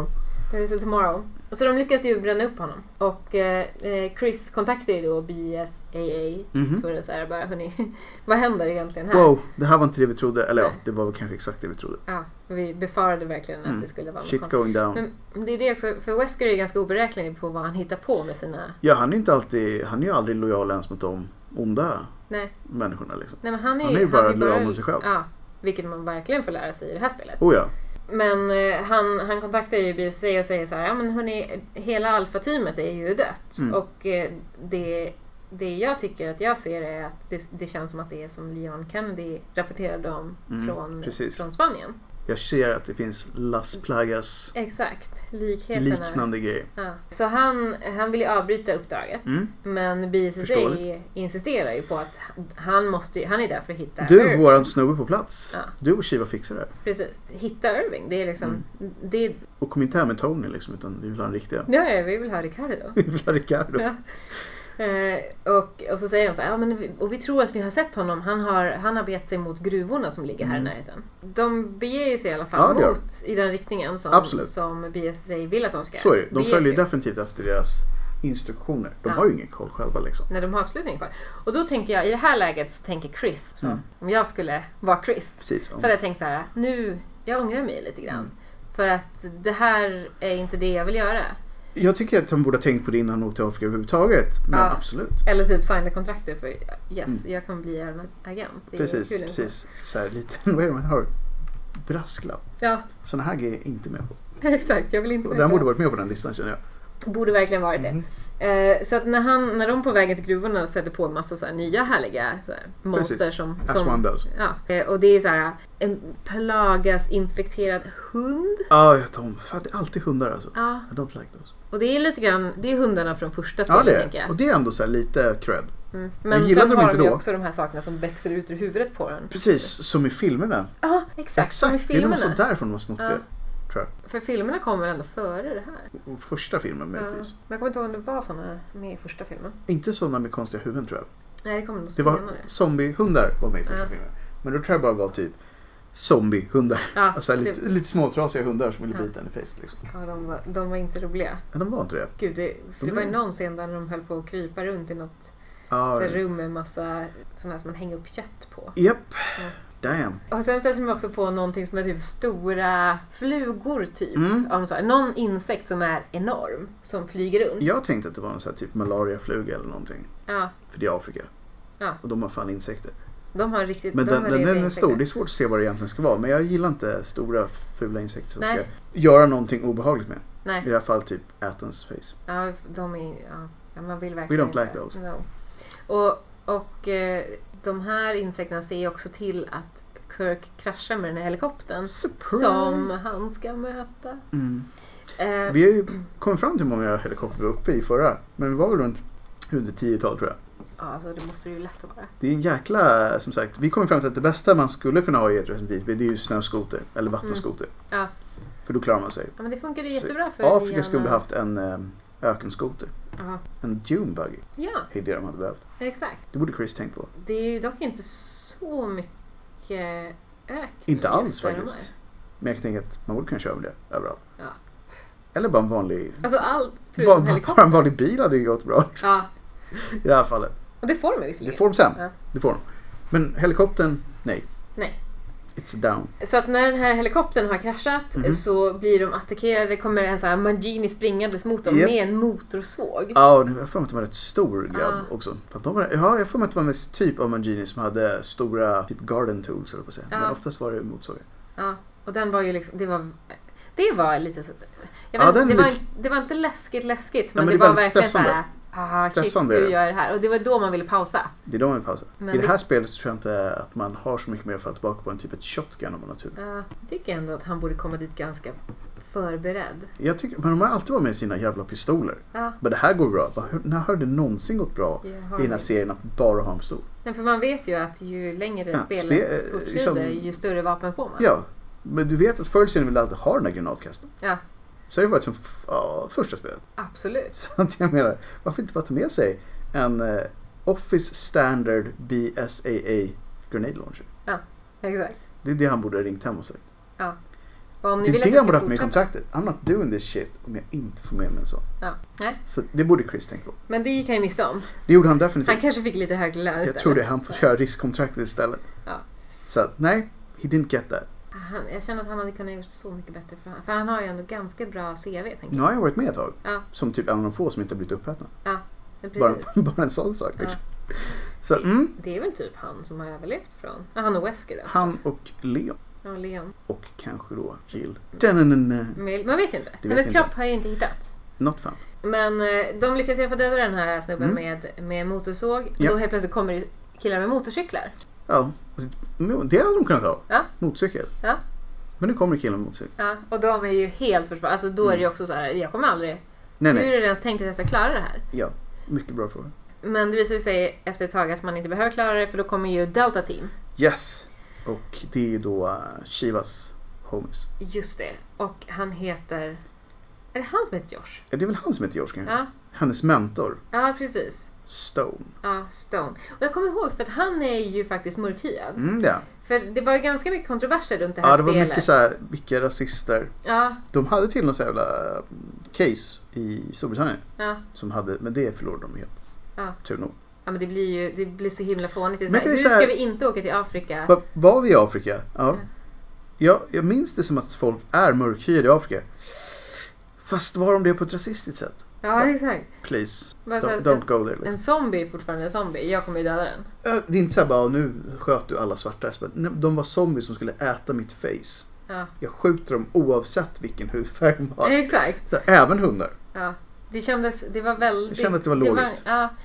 There is a tomorrow. Och så de lyckas ju bränna upp honom. Och Chris kontaktar ju då BSAA för att säga bara, hörni, vad händer egentligen här? Wow, det här var inte det vi trodde. Eller ja, det var väl kanske exakt det vi trodde. Ja, vi befarade verkligen att det skulle vara shit going down. Men det är det också, för Wesker är ju ganska oberäknelig på vad han hittar på med sina... Ja, han är ju aldrig lojal ens mot de onda människorna liksom. Nej, men han är ju bara lojal mot sig själv. Ja, vilket man verkligen får lära sig i det här spelet. Oh ja. Men han kontaktar ju BSA och säger så här, ja men hörni, hela alfa-teamet är ju dött. Och det jag tycker att jag ser är att det känns som att det är som Leon Kennedy rapporterade om från Spanien. Jag ser att det finns Las Plagas. Exakt, liknande grejer. Ja. Så han vill ju avbryta uppdraget. Men BSA insisterar ju på att han är där för att hitta Du, Irving. våran snubbe på plats. Ja. Du och Shiva fixar det. Precis, hitta Irving. Det är liksom... Och kom inte här med Tony liksom, utan vi vill ha en riktiga. Ja, vi vill ha Ricardo. Vi vill ha Ricardo. Ja. Och så säger de så här, ja, men vi tror att vi har sett honom. Han har begett sig mot gruvorna som ligger här i närheten. De beger sig i alla fall i den riktningen som BSA vill att de ska. Så är det. De följer definitivt efter deras instruktioner. De har ju ingen koll själva liksom. Nej, de har absolut ingen koll. Och då tänker jag, i det här läget så tänker Chris, om jag skulle vara Chris, precis, så hade jag tänkt så här, jag ångrar mig lite grann. För att det här är inte det jag vill göra. Jag tycker att han borde ha tänkt på det innan han åkte till Afrika överhuvudtaget. Men absolut. Eller typ signa kontraktet för jag kommer bli en agent. Precis. Så här lite, vad är det man har? Brasklapp. Ja. Såna här grejer är inte med på. Exakt, jag vill inte med. Den borde varit med på den listan, känner jag. Borde verkligen varit det. Så att när de på vägen till gruvorna sätter på en massa så här nya härliga så här, monster som one does. Ja, och det är så här en Plagas infekterad hund. Ja, det är alltid hundar alltså. Ja. I don't like those. Och det är lite grann, det är hundarna från första spelet, tänker jag. Och det är ändå så här lite cred. Men sen har de ju också de här sakerna som växer ut ur huvudet på den. Precis, som i filmerna. Ja, exakt. Som i filmerna. Det är något sånt därifrån de har snott det. För filmerna kommer ändå före det här. Första filmen möjligtvis. Men jag kommer inte ihåg om det var såna med i första filmen. Inte sådana med konstiga huvuden, tror jag. Nej, det kommer nog senare. Det var zombiehundar var med i första filmen. Men då tror jag bara var typ zombiehundar. Ja, alltså lite småtrasiga hundar som ville bita en i face liksom. Ja, de var inte roliga. Ja, de var inte det. Gud, det var ju någon scen där de höll på att krypa runt i något rum med massa sådana som man hänger upp kött på. Japp. Ja. Damn. Och sen sätter man också på någonting som är typ stora flugor typ. Någon insekt som är enorm som flyger runt. Jag tänkte att det var en sån här typ malariafluga eller någonting. Ja. För det är Afrika. Ja. Och de har fan insekter. De har riktigt. Men den är stor. Det är svårt att se vad det egentligen ska vara. Men jag gillar inte stora fula insekter som ska göra någonting obehagligt med. Nej. I det här fall typ ätens face. Ja, de är... Ja, man vill verkligen. We don't like those. No. Och de här insekterna ser också till att Kirk kraschar med den här helikoptern. Surprise. Som han ska möta. Vi har ju kommit fram till hur många helikopter vi var uppe i förra. Men vi var väl runt 10-tal, tror jag. Ja, alltså det måste ju lätt att vara. Det är en jäkla, som sagt, vi kommer fram till att det bästa man skulle kunna ha i ett Resident Evil, det är ju snöskoter eller vattenskoter. Ja. För då klarar man sig. Ja, men det funkar ju jättebra för Afrika skulle haft en ökenskoter. Aha. En dune buggy. Ja. Det är det de hade behövt. Exakt. Det borde Chris tänkt på. Det är ju dock inte så mycket öken. Inte alls faktiskt. Men jag tänker att man borde kunna köra med det överallt. Ja. Eller bara en vanlig... Alltså allt förutom helikopter. Bara en vanlig bil hade ju gått bra. Liksom. Ja. I det här fallet. Och det får de visserligen. Det får de sen. Ja. Det får de. Men helikoptern, nej. Nej. It's down. Så att när den här helikoptern har kraschat så blir de attackerade. Det kommer en sån här Mangini springandes mot dem med en motorsåg. Ja, jag får mig att det var rätt stor grabb också. För att jag får mig att det var mest typ av Mangini som hade stora typ garden tools, eller på att säga. Men oftast var det motorsågar. Ja, och den var ju liksom, det var lite så. Det var inte läskigt, men det var verkligen så här. Stressande. Shit, gör det här. Och det var då man ville pausa. Det är då man vill pausa. Men i det här spelet så tror jag inte att man har så mycket mer för att tillbaka på en typ ett shotgun om man har tur. Jag tycker ändå att han borde komma dit ganska förberedd. Jag tycker, men de har alltid varit med sina jävla pistoler. Ja. Men det här går bra. När har det någonsin gått bra i den här serien att bara ha en pistol? Nej, för man vet ju att ju längre spelet fortskrider, ju större vapen får man. Ja, men du vet att förr i serien vill alltid ha den här granatkasten. Ja. Så det var som första spelet. Absolut. Så att jag menar, varför inte bara ta med sig en Office Standard BSAA Grenade Launcher? Ja, exakt. Det är det han borde ha ringt hem och sagt. Ja. Om det är det jag borde haft med i kontraktet. I'm not doing this shit om jag inte får med mig en sån. Ja. Nej. Så det borde Chris tänka på. Men det gick han ju miste om. Det gjorde han definitivt. Han kanske fick lite högre lön istället. Jag tror det. Han får köra riskkontraktet istället. Ja. Så nej, he didn't get that. Jag känner att han hade kunnat gjort så mycket bättre för han har ju ändå ganska bra CV. Nu har jag varit med ett tag. Ja. Som typ en av de få som inte har blivit uppätna. Ja, precis. Bara en sån sak liksom. Ja. Så, det är väl typ han som har överlevt från... han och Wesker då. Han och Leon. Ja, Leon. Och kanske då Jill. Man vet inte. Hennes kropp har ju inte hittats. Not fun. Men de lyckas i alla fall döda den här snubben med motorsåg. Och då helt plötsligt kommer det killar med motorcyklar. Ja, det hade de kunnat ha. Ja. Motorcykel. Ja. Men nu kommer det killar med motorcykel. Ja, och de är ju helt försvar. Alltså då är det ju också så här, jag kommer aldrig... Nej. Hur är det ens tänkt att jag ska klara det här? Ja, mycket bra fråga. Men det visar sig efter ett tag att man inte behöver klara det, för då kommer ju Delta Team. Yes. Och det är ju då Shivas homies. Just det. Och han heter... Är det han som heter Josh? Ja, det är väl han som heter Josh kanske? Ja. Hennes mentor. Ja, precis. Stone. Ja, Stone. Och jag kommer ihåg för att han är ju faktiskt mörkhyad. Ja. För det var ju ganska mycket kontroverser runt det här spelet. Ja, det var mycket så här, vilka rasister. Ja. De hade till något så jävla case i Storbritannien. Ja. Som hade, men det förlorade de helt. Ja. Tur nog. Ja, men det blir så himla fånigt. Det är så Men här, det är hur så här- ska vi inte åka till Afrika? Var vi i Afrika? Ja. Jag minns det som att folk är mörkhyade i Afrika. Fast var de det på ett rasistiskt sätt? Ja, exakt. Please, Bara så här, don't go there. Liksom. En zombie är fortfarande en zombie. Jag kommer ju döda den. Det är inte så här bara, nu sköt du alla svarta. Men de var zombies som skulle äta mitt face. Ja. Jag skjuter dem oavsett vilken hudfärg de har. Exakt. Så, även hundar. Ja. Det var väldigt... Jag kände att det var logiskt.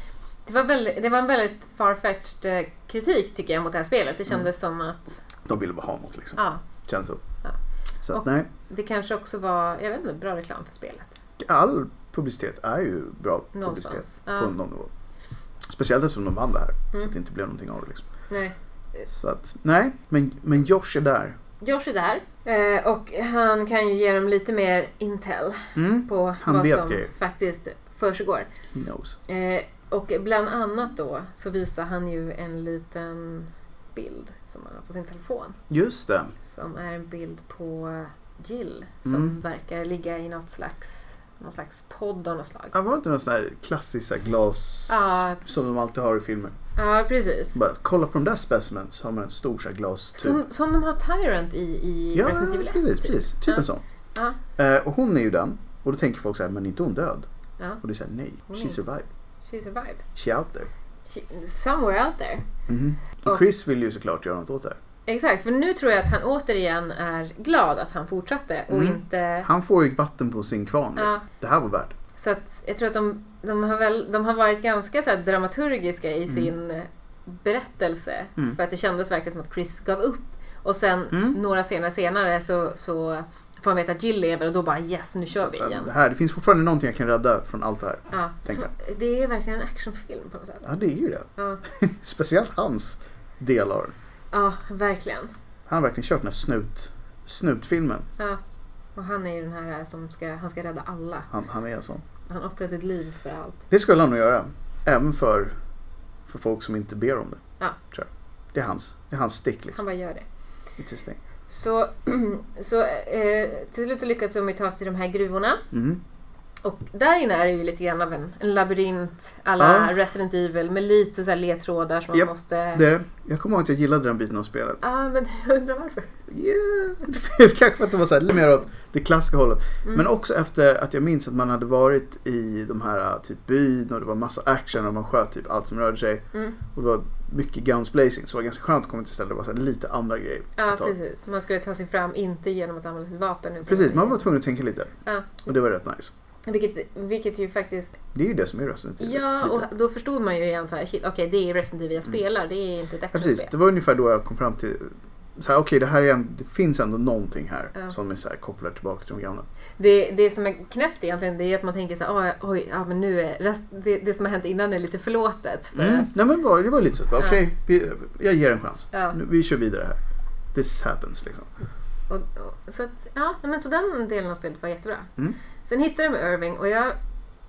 Det var en väldigt farfetched kritik tycker jag mot det här spelet. Det kändes som att... De ville bara ha något liksom. Ja. Känns så. Ja. Så att, Och nej. det kanske också var, jag vet inte, bra reklam för spelet. All publicitet är ju bra Någonstans. publicitet på någon nivå. Speciellt eftersom de vann det här. Så att det inte blev någonting av det liksom. Nej. Så att, nej. Men Josh är där. Josh är där. Och han kan ju ge dem lite mer intel på Han vad vet som grejer. faktiskt försiggår. He knows. Och bland annat då så visar han ju en liten bild som han har på sin telefon. Just det. Som är en bild på Jill som verkar ligga i någon slags podd av något slag. Det var inte någon sån här klassisk så här glas som de alltid har i filmer. Ja, precis. Bara, kolla på de där specimen så har man en stor så här glas typ. Som de har Tyrant i Resident Evil 1. Precis. Typ en sån. Ja. Och hon är ju den. Och då tänker folk så här, men inte hon död? Ja. Och det är så här, nej. She survived. She survived. She out there. Somewhere out there. Och Chris vill ju såklart göra något åt det här. Exakt, för nu tror jag att han återigen är glad att han fortsatte och inte... Han får ju vatten på sin kvarn. Ja. Det här var värt. Så att jag tror att de har varit ganska så här dramaturgiska i sin berättelse. För att det kändes verkligen som att Chris gav upp. Och sen några scener senare så får man veta att Jill lever och då bara yes, nu kör vi igen. Det finns fortfarande någonting jag kan rädda från allt det här. Ja, så det är verkligen en actionfilm på något sätt. Ja, det är ju det. Ja. Speciellt hans del av den. Ja, verkligen. Han har verkligen kört den här snutfilmen. Ja, och han är ju den här som han ska rädda alla. Han är en sån. Han offrar sitt liv för allt. Det skulle han nog göra. Även för folk som inte ber om det. Ja. Tror jag. Det är hans stick liksom. Han bara gör det. It's his thing. Så till slut lyckas de ta sig till de här gruvorna. Och där inne är det ju lite grann av en labyrint alla Resident Evil med lite så här ledtrådar som man måste... Det. Jag kommer ihåg att jag gillade den biten av spelet. Ja, men jag undrar varför. Kanske för att det var så här, lite mer åt det klassiska hållet. Men också efter att jag minns att man hade varit i de här typ byn och det var massa action och man sköt typ allt som rörde sig. Och det var mycket guns blazing så det var ganska skönt att komma till stället. Det var så här, lite andra grejer. Ja, precis. Man skulle ta sig fram inte genom att använda sitt vapen. Precis, man var tvungen att tänka lite. Ja. Och det var rätt nice. Vilket ju faktiskt... Det är ju det som är Resident Evil. Ja, och då förstod man ju igen så här, okej, det är Resident Evil jag spelar, det är inte ett actionspel. Precis, det var ungefär då jag kom fram till så här, okej, det finns ändå någonting här som är så här kopplat tillbaka till de gamla. Det som är knäppt egentligen, det är att man tänker så här, men nu är det som har hänt innan är lite förlåtet. För att... Nej, men det var lite så, okej, jag ger en chans. Vi kör vidare här. This happens liksom. Så den delen av spelet var jättebra. Sen hittade de Irving och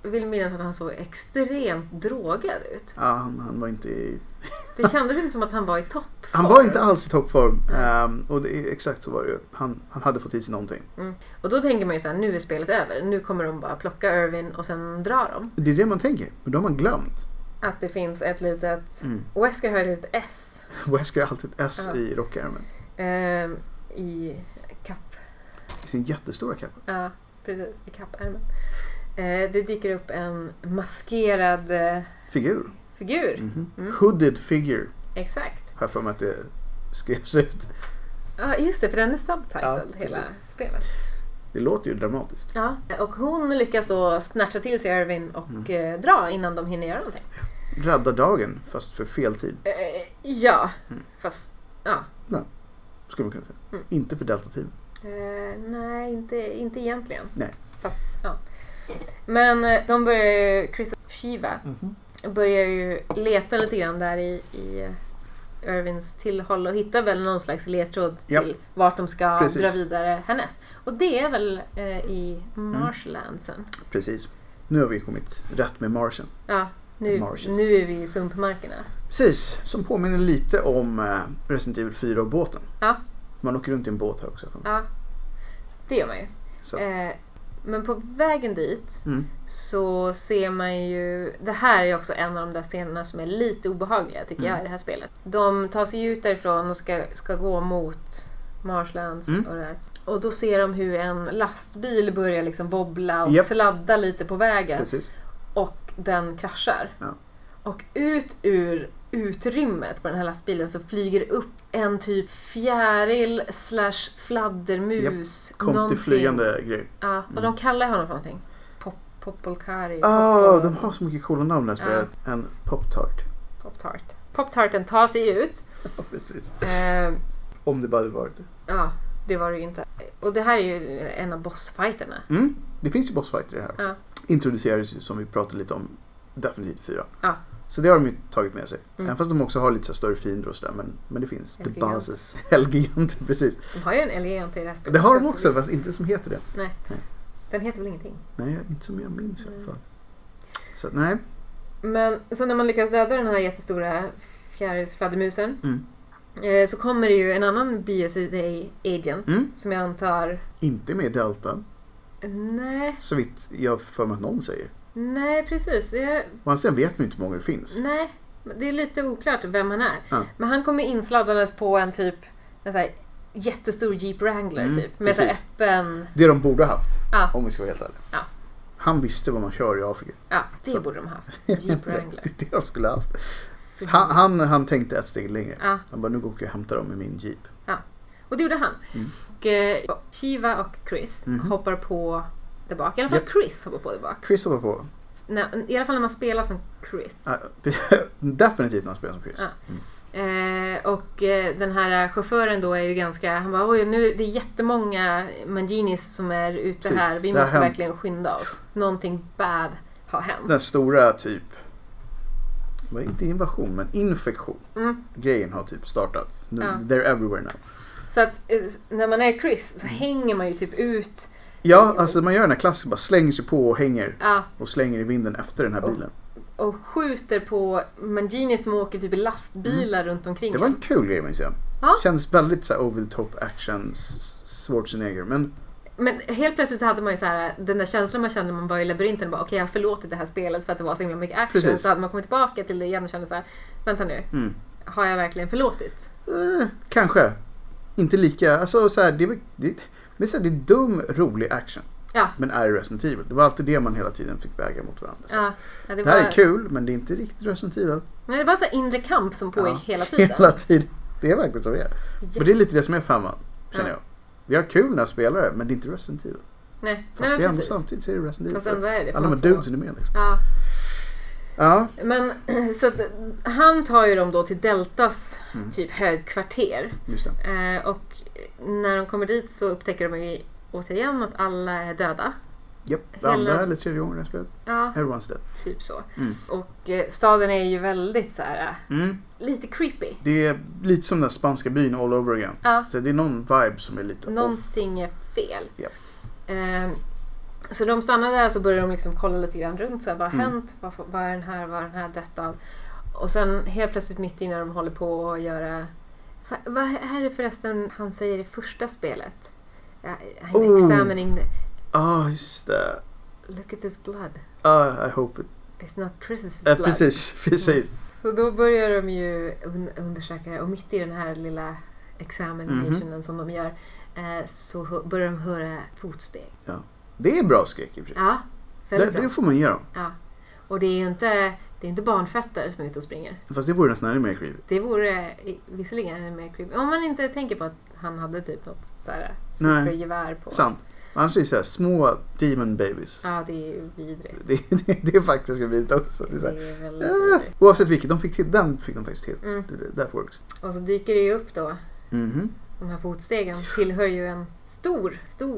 vill minnas att han såg extremt drogad ut. Ja, han var inte i... Det kändes inte som att han var i toppform. Han var inte alls i toppform. Och exakt så var det ju. Han hade fått i sig någonting. Och då tänker man ju så här, nu är spelet över. Nu kommer de bara plocka Irvin och sen drar de. Det är det man tänker. Men då har man glömt. Att det finns ett litet... Wesker har ett litet S. Wesker har alltid ett S i rockärmen. I kapp. I sin jättestora kapp. Ja, precis. I kappärmen. Det dyker upp en maskerad... Figur. Hooded figure. Exakt. Har för mig att det skrevs ut. Ja, just det. För den är subtitled hela spelet. Det låter ju dramatiskt. Ja, och hon lyckas då snatcha till sig Irvin och dra innan de hinner göra någonting. Rädda dagen, fast för fel tid. Ja, fast... Ja. Nej, skulle man kunna säga. Inte för Delta-team. Nej, inte egentligen. Nej. Fast, ja. Men de börjar Chris och Shiva börjar ju leta lite grann där i Irvins tillhåll och hittar väl någon slags ledtråd till vart de ska dra vidare härnäst. Och det är väl i Marshlandsen. Precis. Nu har vi kommit rätt med Marsen. Ja, nu är vi i sumpmarkerna. Precis, som påminner lite om Resident Evil 4 och båten. Ja. Man åker runt i en båt här också. Ja, det gör man ju. Men på vägen dit så ser man ju... Det här är också en av de där scenerna som är lite obehagliga tycker jag i det här spelet. De tar sig ut därifrån och ska gå mot Marshlands och det här. Och då ser de hur en lastbil börjar liksom wobbla och sladda lite på vägen. Precis. Och den kraschar. Ja. Och ut ur utrymmet på den här lastbilen så flyger det upp en typ fjäril/fladdermus. Konstig flygande grej. Ja, och de kallar honom för någonting. Popolkari. De har så mycket coola namn här. En Pop-Tart. Pop-Tarten tar sig ut. Ja, precis. Om det bara hade varit det. Ja, det var det ju inte. Och det här är ju en av bossfighterna. Det finns ju bossfighter i det här också. Introduceras ju, som vi pratade lite om, definitivt 4. Ja. Så det har de ju tagit med sig. Även fast de också har lite så större fiender och sådär. Men det finns. The Bases. Elgigant, precis. De har ju en Elgigant i det här spelet. Det har de också, fast inte som heter det. Nej. Den heter väl ingenting? Nej, inte som jag minns i alla fall. Så nej. Men så när man lyckas döda den här jättestora fjärilsfladdermusen så kommer det ju en annan BSAA-agent som jag antar... Inte med Delta. Nej. Så vitt jag för mig att någon säger. Nej, precis. Och sen vet man inte hur många det finns. Nej, det är lite oklart vem han är. Ja. Men han kommer insladdandes på en typ en så här jättestor Jeep Wrangler typ. Med så öppen... Det de borde ha haft. Ja. Om vi ska vara helt ärliga. Ja. Han visste vad man kör i Afrika. Ja, det borde de ha haft. Jeep Wrangler. Det är det de skulle ha haft. Han tänkte ett steg längre. Ja. Han bara, nu går jag och hämtar dem i min Jeep. Ja, och det gjorde han. Och Shiva och Chris hoppar på där bak. I alla fall Chris hoppar på där bak. Chris hoppar på. I alla fall när man spelar som Chris. Definitivt när man spelar som Chris. Ja. Och den här chauffören då är ju ganska... Han bara, oj, nu det är jättemånga Manginis som är ute här. Vi måste verkligen skynda oss. Någonting bad har hänt. Den stora typ... Inte invasion, men infektion. Grejen har typ startat. They're everywhere now. Så att när man är Chris så hänger man ju typ ut... Ja, alltså man gör den här klassen, bara slänger sig på och hänger. Och slänger i vinden efter den här bilen. Och skjuter på Mangini som åker typ i lastbilar runt omkring. Det var en kul grej, man säger. Känns väldigt så här over the top action, Schwarzenegger, men helt plötsligt så hade man ju så här den där känslan man kände när man var i labyrinten, bara okej, jag har förlåtit det här spelet för att det var så himla mycket action. Precis. Så hade man kommit tillbaka till det igen och kände så här, vänta nu, har jag verkligen förlåtit? Kanske. Inte lika, alltså så här, det är dum, rolig action. Ja. Men är Resident Evil. Det var alltid det man hela tiden fick väga mot varandra. Ja, det här är kul, men det är inte riktigt Resident Evil. Men det är bara så inre kamp som pågick hela tiden. Hela tiden. Det är verkligen så det är. Men det är lite det som är femman, känner jag. Vi har kul när spelare, men det är inte Resident Evil. Nej. Fast det är ändå samtidigt så är det Resident Evil. Fast ändå är det. Alla de dudesen är med liksom. Ja. Men så att han tar ju dem då till Deltas typ högkvarter. Just det. Och när de kommer dit så upptäcker de ju återigen att alla är döda. Japp, andra eller tredje gången jag spelat. Ja, everyone's dead. Typ så. Och staden är ju väldigt så här lite creepy. Det är lite som den spanska byn all over again. Ja. Så det är någon vibe som är lite någonting off. Är fel. Yep. Så de stannar där och så börjar de liksom kolla lite grann runt. Så här, vad har hänt? Vad är den här dött av? Och sen helt plötsligt mitt i när de håller på att göra... Vad är det förresten han säger i första spelet? I'm examining the... just det. Look at this blood. I hope it... It's not Chris's blood. Precis. Så då börjar de ju undersöka, och mitt i den här lilla examinationen som de gör så börjar de höra fotsteg. Ja. Det är bra skräck i och för sig. Ja, väldigt bra. Det får man göra. Ja. Och det är inte barnfötter som är ute och springer. Fast det vore nästan ännu mer creepy. Det vore visserligen ännu mer creepy. Om man inte tänker på att han hade typ något såhär supergevär på. Sant. Annars är det såhär små demon babies. Ja, det är ju vidrigt. Det är faktiskt vidrigt också. Det är väldigt vidrigt. Oavsett vilket de fick till, den fick de faktiskt till. That works. Och så dyker det ju upp då. De här fotstegen tillhör ju en stor.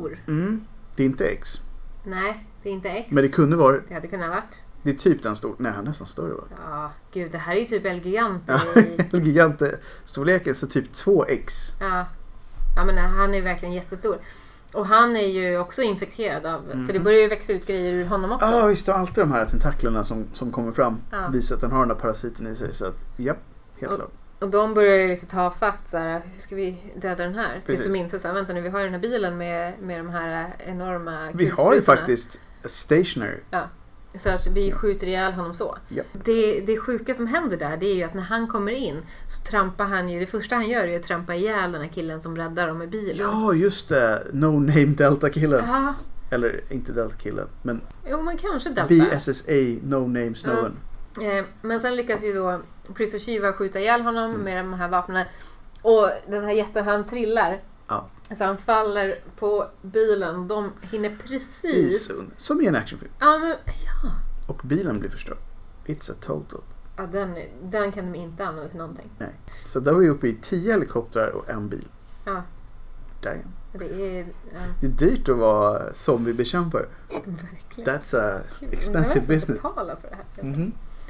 Det är inte X. Nej, det är inte X. Men det kunde vara. Det hade kunnat varit. Det är typ den stor. Nej, han är nästan större va? Ja, gud, det här är ju typ El Gigante. El Gigante storleken så typ 2X. Ja, men han är verkligen jättestor. Och han är ju också infekterad av, för det börjar ju växa ut grejer ur honom också. Ja, visst, och alltid de här tentaklerna som kommer fram visar att den har den där parasiten i sig. Så att, japp, helt klart. Och de börjar ju lite ta fatt så här, hur ska vi döda den här? Precis. Tills de inser så här, vänta nu, vi har ju den här bilen med de här enorma Vi har ju faktiskt stationary. Ja, så att vi skjuter ihjäl honom så. Yep. Det sjuka som händer där, det är ju att när han kommer in så trampar han ju, det första han gör är ju att trampa ihjäl den här killen som räddar dem i bilen. Ja, just det. No Name Delta-killen. Ja. Eller inte Delta-killen, men... Jo, men kanske Delta. BSSA, No Name Snowen. Men sen lyckas ju då Chris och Shiva skjuta ihjäl honom med de här vapnen. Och den här jätten, han trillar. Ja. Så han faller på bilen. De hinner precis... Som i en actionfilm. Ja, men ja. Och bilen blir förstörd. It's a total. Ja, den kan de inte använda till någonting. Nej. Så där var vi uppe i 10 helikoptrar och en bil. Ja. Damn. Det är dyrt att vara zombiebekämpare. Verkligen. That's a expensive business. Betala för det här.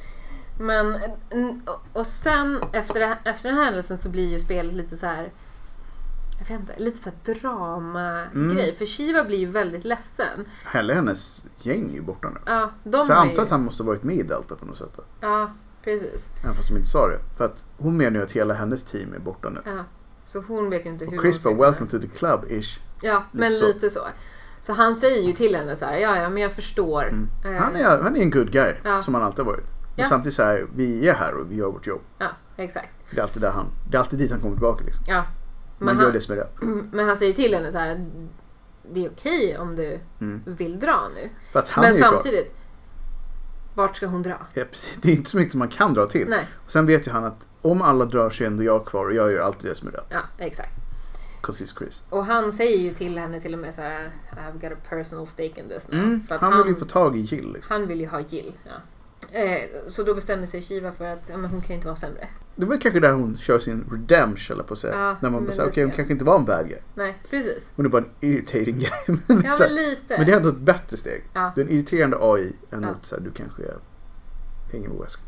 Men och sen efter den här händelsen så blir ju spelet lite så här, jag vet inte, lite så här drama-grej. För Shiva blir ju väldigt ledsen. Hela hennes gäng är ju borta nu. Ja, så jag antar att han måste ha varit med i Delta på något sätt. Ja, precis. Även fast de inte sa det. För att hon menar ju att hela hennes team är borta nu. Ja, så hon vet ju inte hur. Och Chris bara, welcome to the club-ish. Ja, men lite så. Så han säger ju till henne så här, ja men jag förstår. Han är en good guy, som han alltid har varit. Men samtidigt så här, vi är här och vi gör vårt jobb. Ja, exakt. Det är alltid dit han kommer tillbaka liksom. Ja. Man gör det som är rätt. Men han säger till henne så här, det är okej om du vill dra nu. För att han men är samtidigt, vart ska hon dra? Ja, precis. Det är inte så mycket som man kan dra till. Nej. Och sen vet ju han att om alla drar så är ändå jag kvar och jag gör alltid det som är rätt. Ja, exakt. 'Cause he's Chris. Och han säger ju till henne till och med så här, I've got a personal stake in this now. För att han vill ju få tag i Jill. Liksom. Han vill ju ha Jill, ja. Så då bestämmer sig Shiva för att men hon kan ju inte vara sämre. Det var kanske där hon kör sin redemption, eller på att säga. Ja, när man bara säger, okej, hon kanske inte var en bad guy. Nej, precis. Hon är bara en irritating guy. Ja, men lite. Men det är ändå ett bättre steg. Ja. Du är en irriterande AI än att du kanske hänger med Wesk.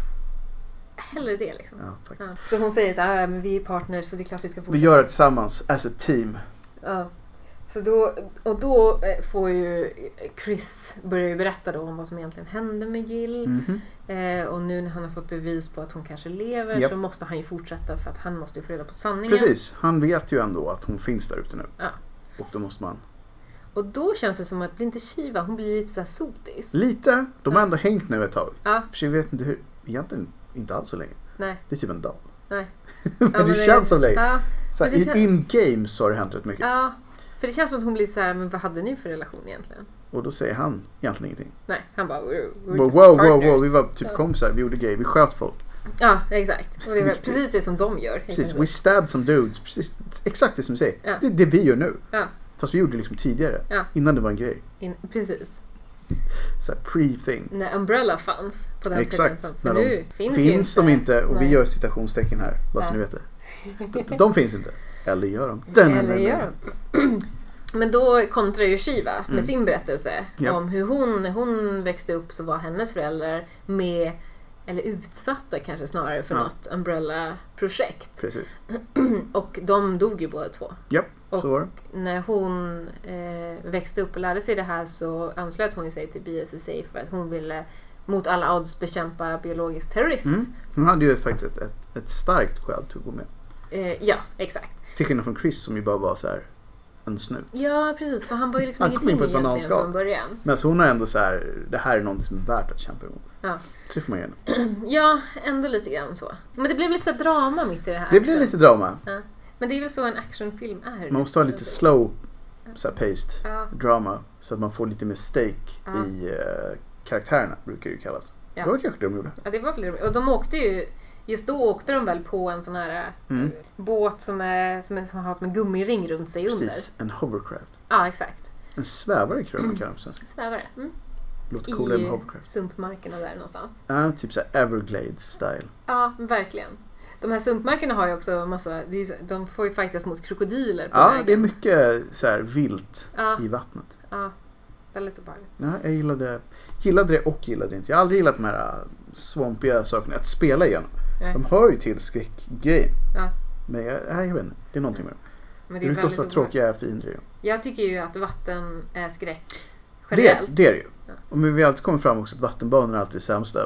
Hellre det liksom. Ja, faktiskt. Ja. Så hon säger så här, men vi är partners så det är klart vi ska fortsätta. Vi gör det tillsammans, as a team. Ja. Så då får ju Chris börja ju berätta då om vad som egentligen hände med Jill. Och nu när han har fått bevis på att hon kanske lever så måste han ju fortsätta för att han måste ju få reda på sanningen. Precis, han vet ju ändå att hon finns där ute nu. Ja. Och då måste man... Och då känns det som att blir inte Shiva, hon blir lite så här sotis. Lite, de har ändå hängt nu ett tag. Ja. För jag vet inte hur, egentligen inte alls så länge. Nej. Det är typ en dag. Nej. Men det känns som länge. Ja. Så här, in-game så har det hänt rätt mycket. Ja. För det känns som att hon blir så här, men vad hade ni för relation egentligen? Och då säger han egentligen ingenting. Nej, han bara, wow, vi var typ kompisar, vi gjorde grejer, vi sköt folk. Ja, exakt. Och det är precis det som de gör. Precis, we stabbed some dudes. Precis, exakt det som du säger. Ja. Det är det vi gör nu. Ja. Fast vi gjorde det liksom tidigare. Ja. Innan det var en grej. Precis. Så pre-thing. När Umbrella fanns på den exakt. tiden. För nu finns de inte. Och vi gör citationstecken här. Bara så ni vet det. De finns inte. Eller gör de. Eller gör de. Men då kontrar ju Shiva med sin berättelse om hur hon, när hon växte upp så var hennes föräldrar med eller utsatta kanske snarare för något Umbrella-projekt. Precis. Och de dog ju båda två. Ja, så var det. När hon växte upp och lärde sig det här så anslöt hon sig till BSSA för att hon ville mot alla odds bekämpa biologisk terrorism. Hon hade ju faktiskt ett starkt skäl till att gå med. Ja, exakt. Till skillnad från Chris som ju bara var så här en snu. Ja, precis. För han var ju liksom ingenting egentligen från början. Men så hon har ändå så här, det här är någonting som är värt att kämpa emot. Ja. Så får man gärna. Ja, ändå lite grann så. Men det blev lite så drama mitt i det här. Det blir lite drama. Ja. Men det är väl så en actionfilm är. Man måste ha lite slow så här, paced drama. Så att man får lite mer stake i karaktärerna, brukar det ju kallas. Ja. Det var kanske det de gjorde. Ja, det var väl det. Och de åkte ju... Just då åkte de väl på en sån här båt som har som en gummiring runt sig under. Precis, en hovercraft. Ja, exakt. En svävare tror jag man kallar det. Svävare. Låter coolare än hovercraft. I sumpmarkerna där någonstans. Ja, typ så här Everglades-style. Ja, verkligen. De här sumpmarkerna har ju också massa... De får ju fightas mot krokodiler på vägen. Det är mycket så här vilt i vattnet. Ja, väldigt obehagligt. Ja, jag gillade det och gillade det inte. Jag har aldrig gillat de här svampiga sakerna att spela igen. Nej. De hör ju till skräckgrejen. Ja. Men jag vet inte, det är någonting med det. Men det är väldigt tråkiga fiender. Jag tycker ju att vatten är skräck generellt. Det är det ju. Ja. Och vi har alltid kommit fram också att vattenbanorna är alltid det sämsta.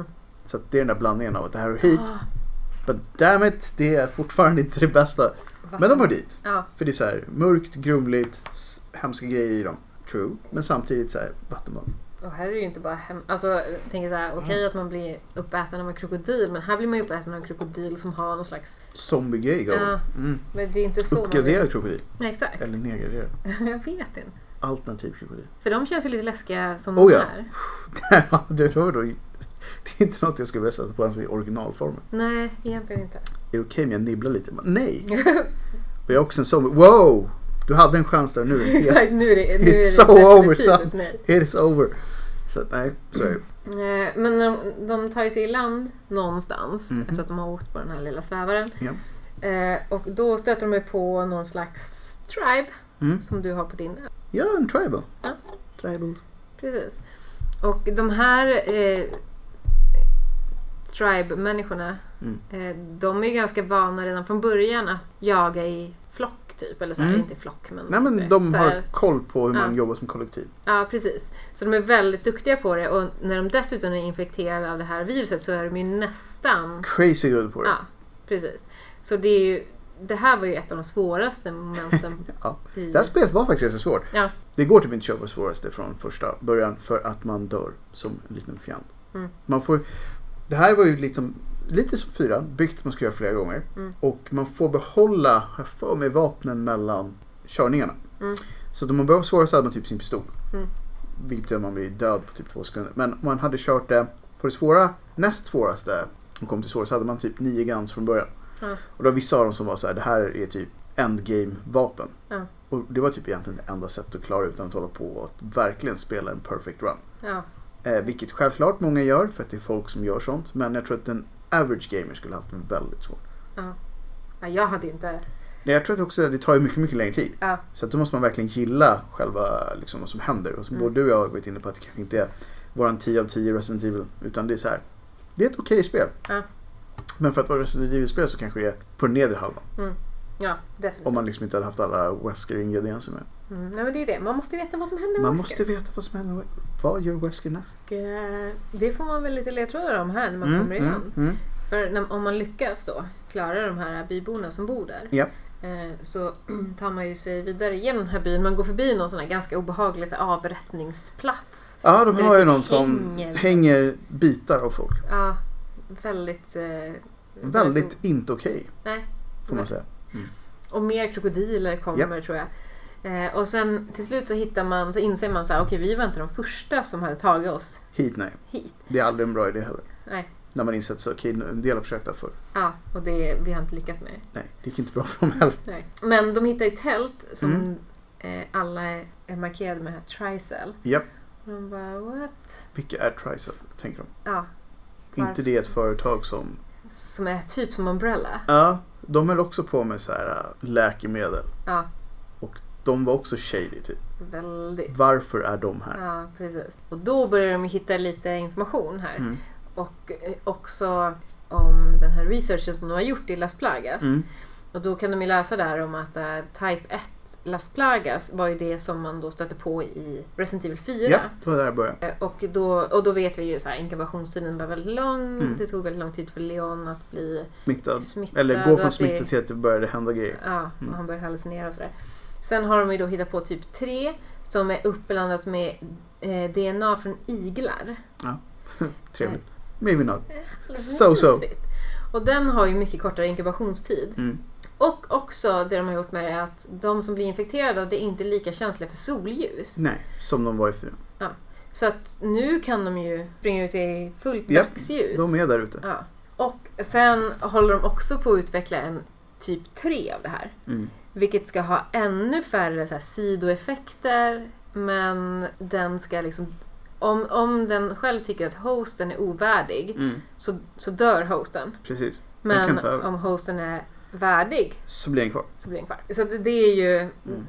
Så att det är den där blandningen av att det här är hit. But damn it, det är fortfarande inte det bästa. Men de har dit. Ja. För det är så här mörkt, grumligt, hemska grejer i dem. True. Men samtidigt så här vattenbanor. Och här är det ju inte bara alltså jag tänker så här, okej att man blir uppäten av en krokodil, men här blir man ju uppäten av en krokodil som har någon slags zombie-grej. Ja, men det är inte så uppgraderad krokodil. Ja, exakt. Eller nedgraderad. Jag vet inte. Alternativ krokodil. För de känns ju lite läskiga som de är. Ja, det är inte något jag skulle vilja sätta på ens i originalformen. Nej, egentligen inte. Är det okej om jag nibblar lite? Nej! Jag är också en zombie. Wow! Du hade en chans där nu. Exakt, nu är det It's so over, son. It is over. Så nej, sorry. Men de tar ju sig i land någonstans efter att de har åkt på den här lilla svävaren. Ja. Och då stöter de på någon slags tribe som du har på din. Ja, en tribal. Ja. Tribal. Precis. Och de här tribe-människorna de är ju ganska vana redan från början att jaga i flock typ, eller så här, inte flock men... Nej, men de har koll på hur man jobbar som kollektiv. Ja, precis. Så de är väldigt duktiga på det, och när de dessutom är infekterade av det här viruset så är de ju nästan... crazy good på det. Ja, precis. Så det är ju... Det här var ju ett av de svåraste momenten. Ja. Det här spelet var faktiskt så svårt. Ja. Det går typ inte att köpa det svåraste från första början för att man dör som en liten fjant. Man får... Det här var ju liksom lite som 4, byggt man ska göra flera gånger. Och man får behålla för med vapnen mellan körningarna. Så då man börjar svåra så hade man typ sin pistol. Vilket betyder att man blir död på typ 2 sekunder. Men om man hade kört det på det svåra, näst svåraste och kom till svåra, så hade man typ 9 guns från början. Och då var vissa av dem som var så här: det här är typ endgame-vapen. Och det var typ egentligen det enda sättet att klara utan att hålla på och att verkligen spela en perfect run. Vilket självklart många gör för att det är folk som gör sånt. Men jag tror att en average gamer skulle ha haft det väldigt svårt. Ja, jag hade inte... Nej, jag tror att också det tar ju mycket, mycket längre tid. Så att då måste man verkligen gilla själva liksom, vad som händer. Och som både du och jag har varit inne på att det kanske inte är våran 10 av 10 Resident Evil. Utan det är så här. Det är ett okej spel. Men för att vara Resident Evil-spel så kanske det är på den nedre halvan. Ja, definitivt. Om man liksom inte hade haft alla Wesker-ingredienser med. Nej, men det är det. Man måste veta vad som händer med Man måste veta vad som händer med Vad gör Wesker näst? Det får man väl lite ledtrådar om här när man kommer igen. För om man lyckas så klara de här byborna som bor där. Så tar man ju sig vidare genom den här byn. Man går förbi någon sån här ganska obehaglig så här, avrättningsplats. Ja, de har ju någon som hänger bitar av folk. Ja, väldigt... väldigt inte okej. Nej. Får man säga. Och mer krokodiler kommer tror jag. Och sen till slut så inser man så här: okej, vi var inte de första som hade tagit oss hit. Det är aldrig en bra idé heller. Nej. När man insett så en del har försökt där förr. Ja, och vi har inte lyckats med det. Nej, det gick inte bra för dem heller. Nej. Men de hittar ett tält som alla är markerade med här Tricell. Japp. Och de bara, what? Vilka är Tricell, tänker de? Ja. Inte det ett företag som är typ som Umbrella? Ja, de höll också på med så här läkemedel. Ja. Och de var också shady typ. Väldigt. Varför är de här? Ja, precis. Och då börjar de hitta lite information här. Och också om den här researchen som de har gjort i Las Plagas. Och då kan de ju läsa där om att Type 1 Las Plagas var ju det som man då stötte på i Resident Evil 4. Ja, det var där jag började. Och då vet vi ju så här, inkubationstiden var väldigt lång. Det tog väldigt lång tid för Leon att bli smittad. Eller gå från smitta till att det började hända grejer. Ja, och han började hallucinera och sådär. Sen har de ju då hittat på typ 3 som är uppblandat med DNA från iglar. Ja, trevligt. Maybe not. So. Och den har ju mycket kortare inkubationstid. Och också det de har gjort med det är att de som blir infekterade av det är inte lika känsliga för solljus. Nej, som de var i 4. Ja. Så att nu kan de ju springa ut i fullt dagsljus. De är där ute. Ja. Och sen håller de också på att utveckla en typ 3 av det här. Vilket ska ha ännu färre så här sidoeffekter. Men den ska liksom... Om den själv tycker att hosten är ovärdig så dör hosten. Precis. Men om hosten är värdig så blir den kvar. Så det är ju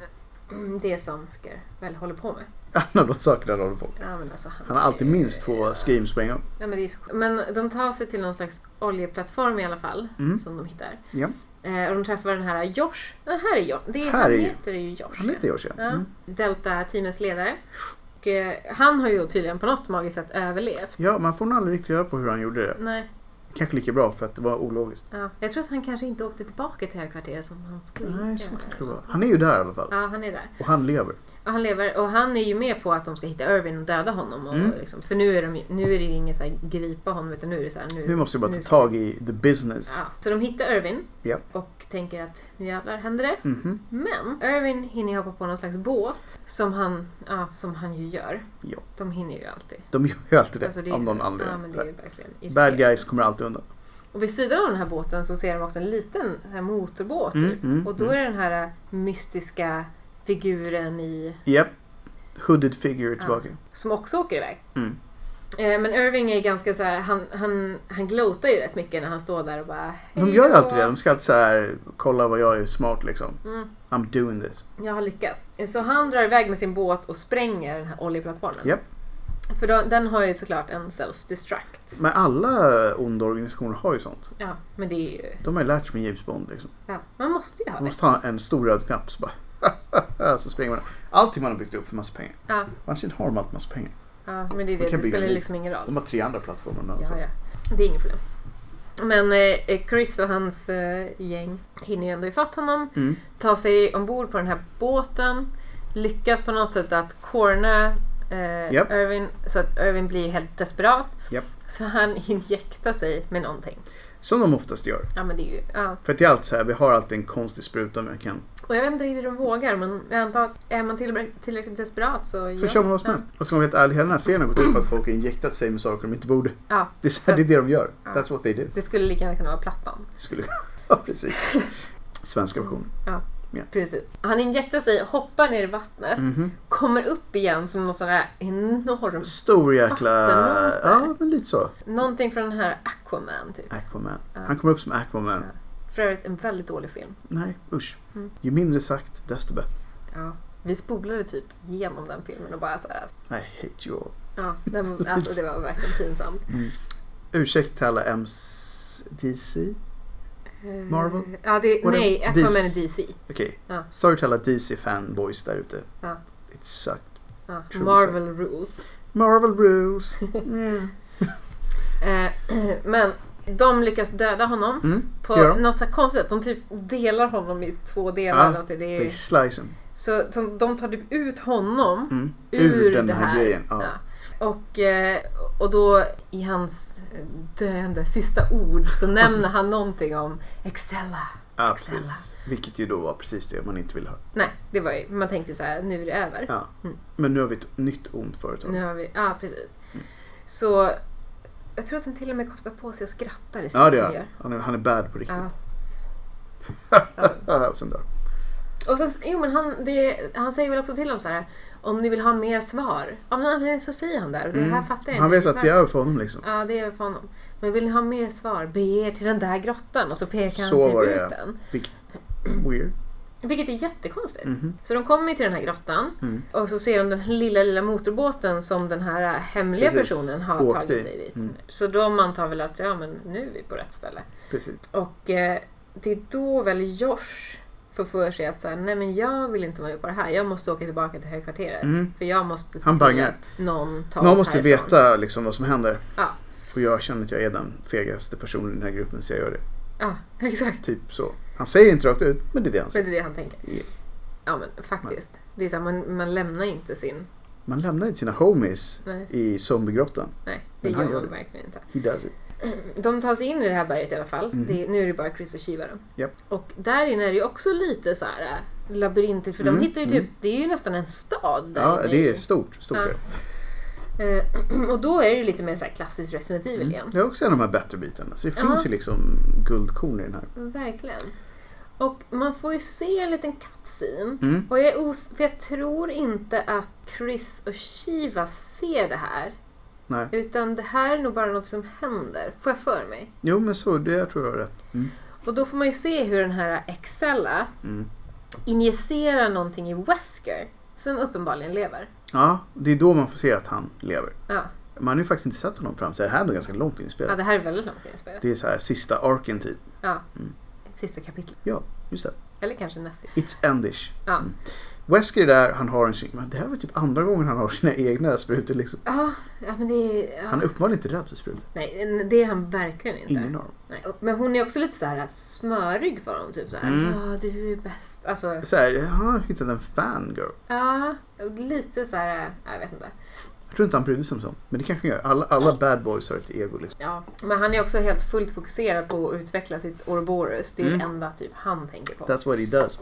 det som Wesker väl håller på med. Alla de sakerna han håller på med. Ja, men alltså, han har alltid minst 2 schemes på en gång. Ja, men de tar sig till någon slags oljeplattform i alla fall som de hittar. Ja. Och de träffar den här Josh. Den här är Josh. Han heter ju Josh. Han heter Josh, ja. Delta-teamets ledare. Och han har ju tydligen på något magiskt sätt överlevt. Ja, man får nog aldrig riktigt reda på hur han gjorde det. Nej. Kanske lika bra för att det var ologiskt. Ja, jag tror att han kanske inte åkte tillbaka till högkvarteret som han skulle. Nej, så kanske det var. Han är ju där i alla fall. Ja, han är där. Och han lever. Ja, han lever. Och han är ju med på att de ska hitta Irvin och döda honom. Och liksom, för nu är det ju inget så här gripa honom, utan nu är det så här... Nu måste vi bara ta tag i the business. Ja. Så de hittar Irvin. Ja. Och tänker att nu jävlar händer det. Men Irvin hinner hoppa på någon slags båt som han ju gör. Ja. De hinner ju alltid. De gör ju alltid det, alltså, av någon anledning. Ja, men det är ju verkligen bad guys kommer alltid undan. Och vid sidan av den här båten så ser de också en liten här motorbåt. Och då är det den här mystiska figuren i... Japp. Hooded figure tillbaka. Som också åker iväg. Men Irving är ganska så här, han gloatar ju rätt mycket när han står där och bara... De gör ju alltid det. De ska alltid så här, kolla vad jag är smart liksom. I'm doing this. Jag har lyckats. Så han drar iväg med sin båt och spränger den här oljeplattformen. Japp. För den har ju såklart en self-destruct. Men alla onda organisationer har ju sånt. Ja, men det är ju... De har ju lärt sig med James Bond liksom. Ja, man måste ju ha det. Man måste ha en stor röd knapp så bara... så springer man. Allting man har byggt upp för massa pengar. Ja. Man ser har man massa pengar. Ja, men det spelar liksom ingen roll. De har 3 andra plattformar. Ja. Det är inget problem. Men Chris och hans gäng hinner ju ändå ifatt honom. Ta sig ombord på den här båten. Lyckas på något sätt att corna Irvin, så att Irvin blir helt desperat. Så han injektar sig med någonting. Som de oftast gör. Ja, men det är ju... Ja. För att det är alltid så här, vi har alltid en konstig spruta man kan... Och jag vet inte riktigt hur de vågar, men jag antar att är man tillräckligt desperat så kör man vad som helst. Och ska man vara helt ärlig, hela den här scenen har gått ut på att folk har injektat sig med saker de inte borde. Ja. Det är det de gör. Ja. That's what they do. Det skulle lika gärna kunna vara plattan. Ja, precis. Svenska version. Ja. Precis. Han injektar sig, hoppar ner i vattnet, kommer upp igen som någon sån här enorm stor jäkla... vattenmonster. Ja, men lite så. Någonting från den här Aquaman typ. Aquaman. Ja. Han kommer upp som Aquaman. Ja. För övrigt en väldigt dålig film. Nej, usch. Ju mindre sagt, desto bättre. Ja. Vi spolade typ genom den filmen och bara så här. I hate you all. Ja, alltså det var verkligen pinsamt. Ursäkta till alla DC? Marvel? Ja, nej, Aquaman är DC. Okej. Ja. Sorry till alla DC-fanboys där ute. Ja. It sucked. Ja. Marvel rules. Marvel rules. Men de lyckas döda honom på något så konstigt. De typ delar honom i 2 delar. Ja, they slice him. Så de tar typ ut honom ur den här grejen. Ja. Ja. Och då i hans döende sista ord så nämner han någonting om Excella. Ja, precis. Vilket ju då var precis det man inte ville ha. Nej, det var ju, man tänkte så här, nu är det över. Ja. Men nu har vi ett nytt ont företag. Ja, precis. Så jag tror att han till och med kostar på sig att skratta det sista han gör. Han är bad på riktigt. Ja. Och sen dör. Och sen, han säger väl också till dem så här: om ni vill ha mer svar. Av någon anledning så säger han där. Och det här fattar jag inte. Han vet att det är över för honom liksom. Ja, det är över för honom. Men vill ni ha mer svar? Be er till den där grottan. Och så pekar han så typ var ut den. Weird. Vilket är jättekonstigt. Så de kommer till den här grottan och så ser de den lilla motorbåten som den här hemliga personen har tagit sig dit. Så de antar väl att men nu är vi på rätt ställe. Precis. Och det är då väl Josh får för sig att säga, nej men jag vill inte vara med på det här. Jag måste åka tillbaka till högkvarteret. För jag måste se till att någon tar någon måste härifrån. Veta liksom vad som händer. Ja. Och jag känner att jag är den fegaste personen i den här gruppen, så jag gör det. Ja, exakt. Typ så. Han säger inte rakt ut, men det är det han säger. Men det är det han tänker. Yeah. Ja, men faktiskt. Nej. Det är så här, man lämnar inte sin... Man lämnar inte sina homies i zombiegrottan. Nej, det gör man verkligen inte. He does it. De tar sig in i det här berget i alla fall. Nu är det bara Chris och Shiva då. Yep. Och där inne är det ju också lite så här labyrintigt. För de hittar ju typ, det är ju nästan en stad där. Ja, det är stort. Och då är det ju lite mer så här klassiskt Resident Evil igen. Det är också en av de här bättre bitarna. Så det finns ju liksom guldkorn i den här. Verkligen. Och man får ju se en liten cutscene. Och för jag tror inte att Chris och Shiva ser det här. Nej. Utan det här är nog bara något som händer. Får jag för mig? Jo, men så, det jag tror jag har rätt. Och då får man ju se hur den här Excella injicerar någonting i Wesker som uppenbarligen lever. Ja, det är då man får se att han lever. Ja. Man har ju faktiskt inte sett honom fram, så det här är nog ganska långt in i spelet. Ja, det här är väldigt långt in i spelet. Det är så här sista arken typ. Ja, sista kapitlet. Ja, just det. Eller kanske nästa. It's endish. Ja. Wesker är där, han har men det här var typ andra gången han har sina egna sprutor liksom. Ja, men det är... Ja. Han är uppenbarligen inte rädd för sprutor. Nej, det är han verkligen inte. Ingen av dem. Nej. Men hon är också lite så här smörig för honom, typ så här. Ja, du är bäst. Alltså... Så här, han har hittat en fangirl. Ja, lite så här, jag vet inte. Jag tror inte han brydde sig om så. Men det kanske gör. Alla bad boys har ett ego liksom. Ja, men han är också helt fullt fokuserad på att utveckla sitt Ouroboros. Det är det enda typ han tänker på. That's what he does.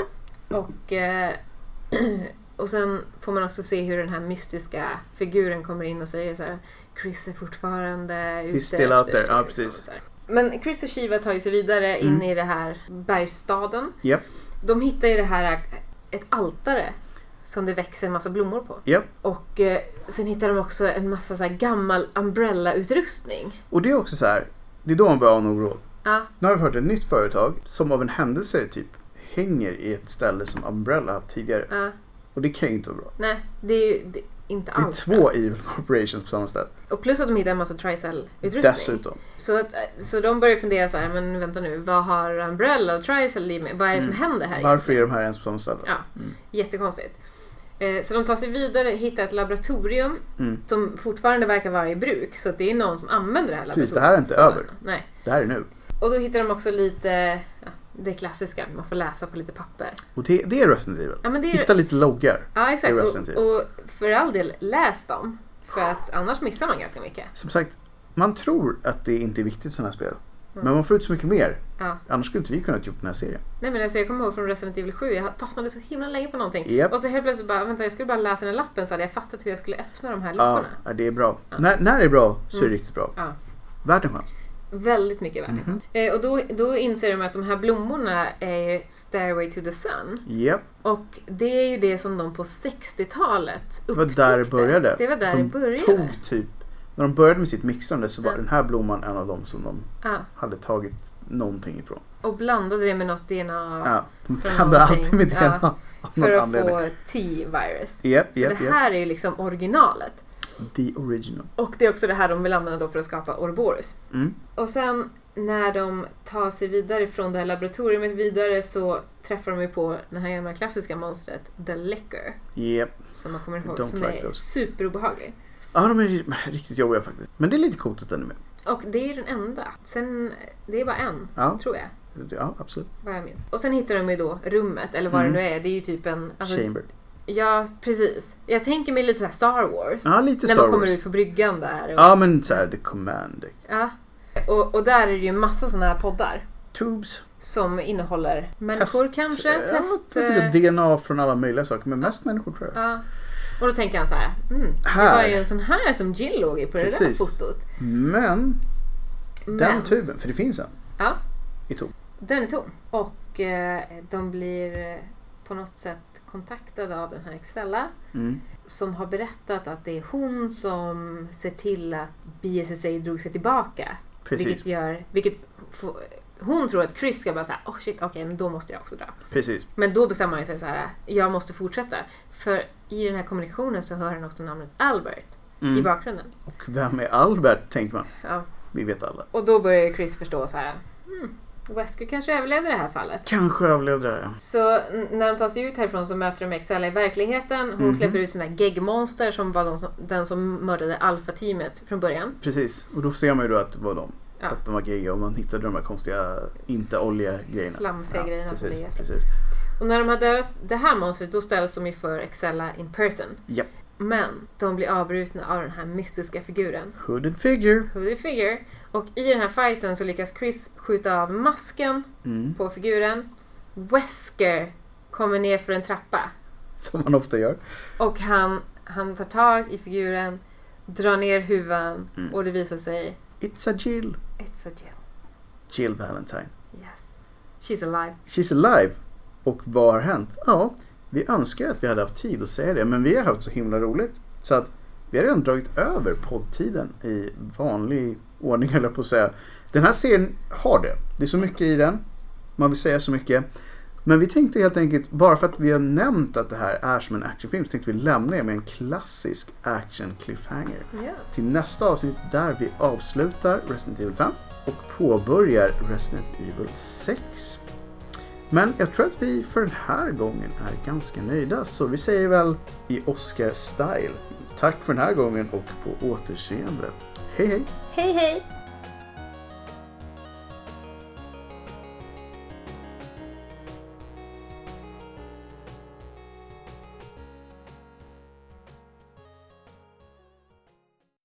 Och sen får man också se hur den här mystiska figuren kommer in och säger så här: Chris är fortfarande ute. He's still out there, ja precis. Men Chris och Shiva tar ju sig vidare in i det här bergsstaden. Yep. De hittar ju det här, ett altare som det växer en massa blommor på. Yep. Och sen hittar de också en massa så här gammal Umbrella-utrustning. Och det är också så här, det är då man börjar ha en oro. Ja. Nu har vi hört ett nytt företag som av en händelse typ hänger i ett ställe som Umbrella haft tidigare. Ja. Och det kan ju inte vara bra. Nej, det är ju inte alls. Det är 2 evil corporations på samma ställe. Och plus att de hittar en massa Tricell-utrustning. Dessutom. Så de börjar fundera så här, men vänta nu, vad har Umbrella och Tricell i med? Vad är det som händer här? Varför är de här ens på samma ställe? Ja, jättekonstigt. Så de tar sig vidare, hittar ett laboratorium som fortfarande verkar vara i bruk. Så att det är någon som använder det här laboratoriet. Precis, det här är inte över. Nej. Det här är nu. Och då hittar de också lite... det klassiska, man får läsa på lite papper. Och det är Resident Evil. Ja, men det är... Hitta lite loggar. Ja, exakt. Och för all del, läs dem. För att annars missar man ganska mycket. Som sagt, man tror att det inte är viktigt sådana här spel. Men man får ut så mycket mer. Ja. Annars skulle inte vi kunna gjort den här serien. Nej, men alltså, jag kommer ihåg från Resident Evil 7. Jag fastnade så himla länge på någonting. Yep. Och så helt plötsligt bara, vänta, jag skulle bara läsa den här lappen så hade jag fattat hur jag skulle öppna de här luckorna. Ja, det är bra. Ja. När det är bra så är det riktigt bra. Ja. Värt en chans. Väldigt mycket värt. Och då inser de att de här blommorna är Stairway to the Sun. Yep. Och det är ju det som de på 60-talet upptäckte. Det var där det började. Det var där det började. Tog typ, när de började med sitt mixtrande så var den här blomman en av dem som de hade tagit någonting ifrån. Och blandade det med något DNA. Ja, de blandade alltid med DNA. Ja, för att få T-virus. Yep, så det här är ju liksom originalet. The original. Och det är också det här de vill använda då för att skapa Ouroboros. Och sen när de tar sig vidare från det här laboratoriet vidare så träffar de ju på den här gamla klassiska monstret The Licker. Yep. Som man kommer ihåg som är superobehaglig. Ja, de är riktigt jobbiga faktiskt. Men det är lite coolt att den är med. Och det är den enda. Sen, det är bara en, tror jag. Ja, absolut. Vad jag minns. Och sen hittar de ju då rummet, eller vad det nu är. Det är ju typ en... Alltså, chamber. Ja, precis. Jag tänker mig lite så här Star Wars. Ja, lite Star Wars. När man kommer ut på bryggan där. Och... Ja, men så här, the command. Ja. Och där är det ju massa såna här poddar. Tubes. Som innehåller människor kanske. Typ DNA från alla möjliga saker, men mest människor tror jag. Ja. Och då tänker han så här, det var ju en sån här som Jill låg i på det där fotot. Men den tuben, för det finns en. Ja. I tom. Den är tom. Och de blir på något sätt kontaktade av den här Excella. Som har berättat att det är hon som ser till att BSSA drog sig tillbaka. Precis. Vilket hon tror att Chris ska bara säga, okej, men då måste jag också dra. Precis. Men då bestämmer han sig så här, jag måste fortsätta. För i den här kommunikationen så hör han också namnet Albert i bakgrunden. Och vem är Albert, tänker man. Ja. Vi vet alla. Och då börjar Chris förstå så här, Wesker kanske överlevde det här fallet. Kanske överlevde det. Så när de tar sig ut härifrån så möter de Excella i verkligheten. Hon släpper ut sina geggmonster som var den som mördade Alpha-teamet från början. Precis, och då ser man ju då att det var de. För att de var gegga och man hittade de här konstiga, inte olja-grejerna. Slamsiga grejerna. Precis. Och när de har dödat det här monstret, då ställs de ju för Excella in person. Japp. Men de blir avbrutna av den här mystiska figuren. Hooded figure. Och i den här fighten så lyckas Chris skjuta av masken på figuren. Wesker kommer ner för en trappa. Som man ofta gör. Och han tar tag i figuren, drar ner huvan och det visar sig... It's a Jill. Jill Valentine. Yes. She's alive. Och vad har hänt? Ja, vi önskar att vi hade haft tid att säga det, men vi har haft så himla roligt. Så att vi har redan dragit över poddtiden i vanlig ordning, eller på att säga. Den här serien har det. Det är så mycket i den. Man vill säga så mycket. Men vi tänkte helt enkelt, bara för att vi har nämnt att det här är som en actionfilm, så tänkte vi lämna er med en klassisk action cliffhanger. Yes. Till nästa avsnitt där vi avslutar Resident Evil 5 och påbörjar Resident Evil 6. Men jag tror att vi för den här gången är ganska nöjda, så vi säger väl i Oscar-style. Tack för den här gången och på återseende. Hej hej! Hej hej!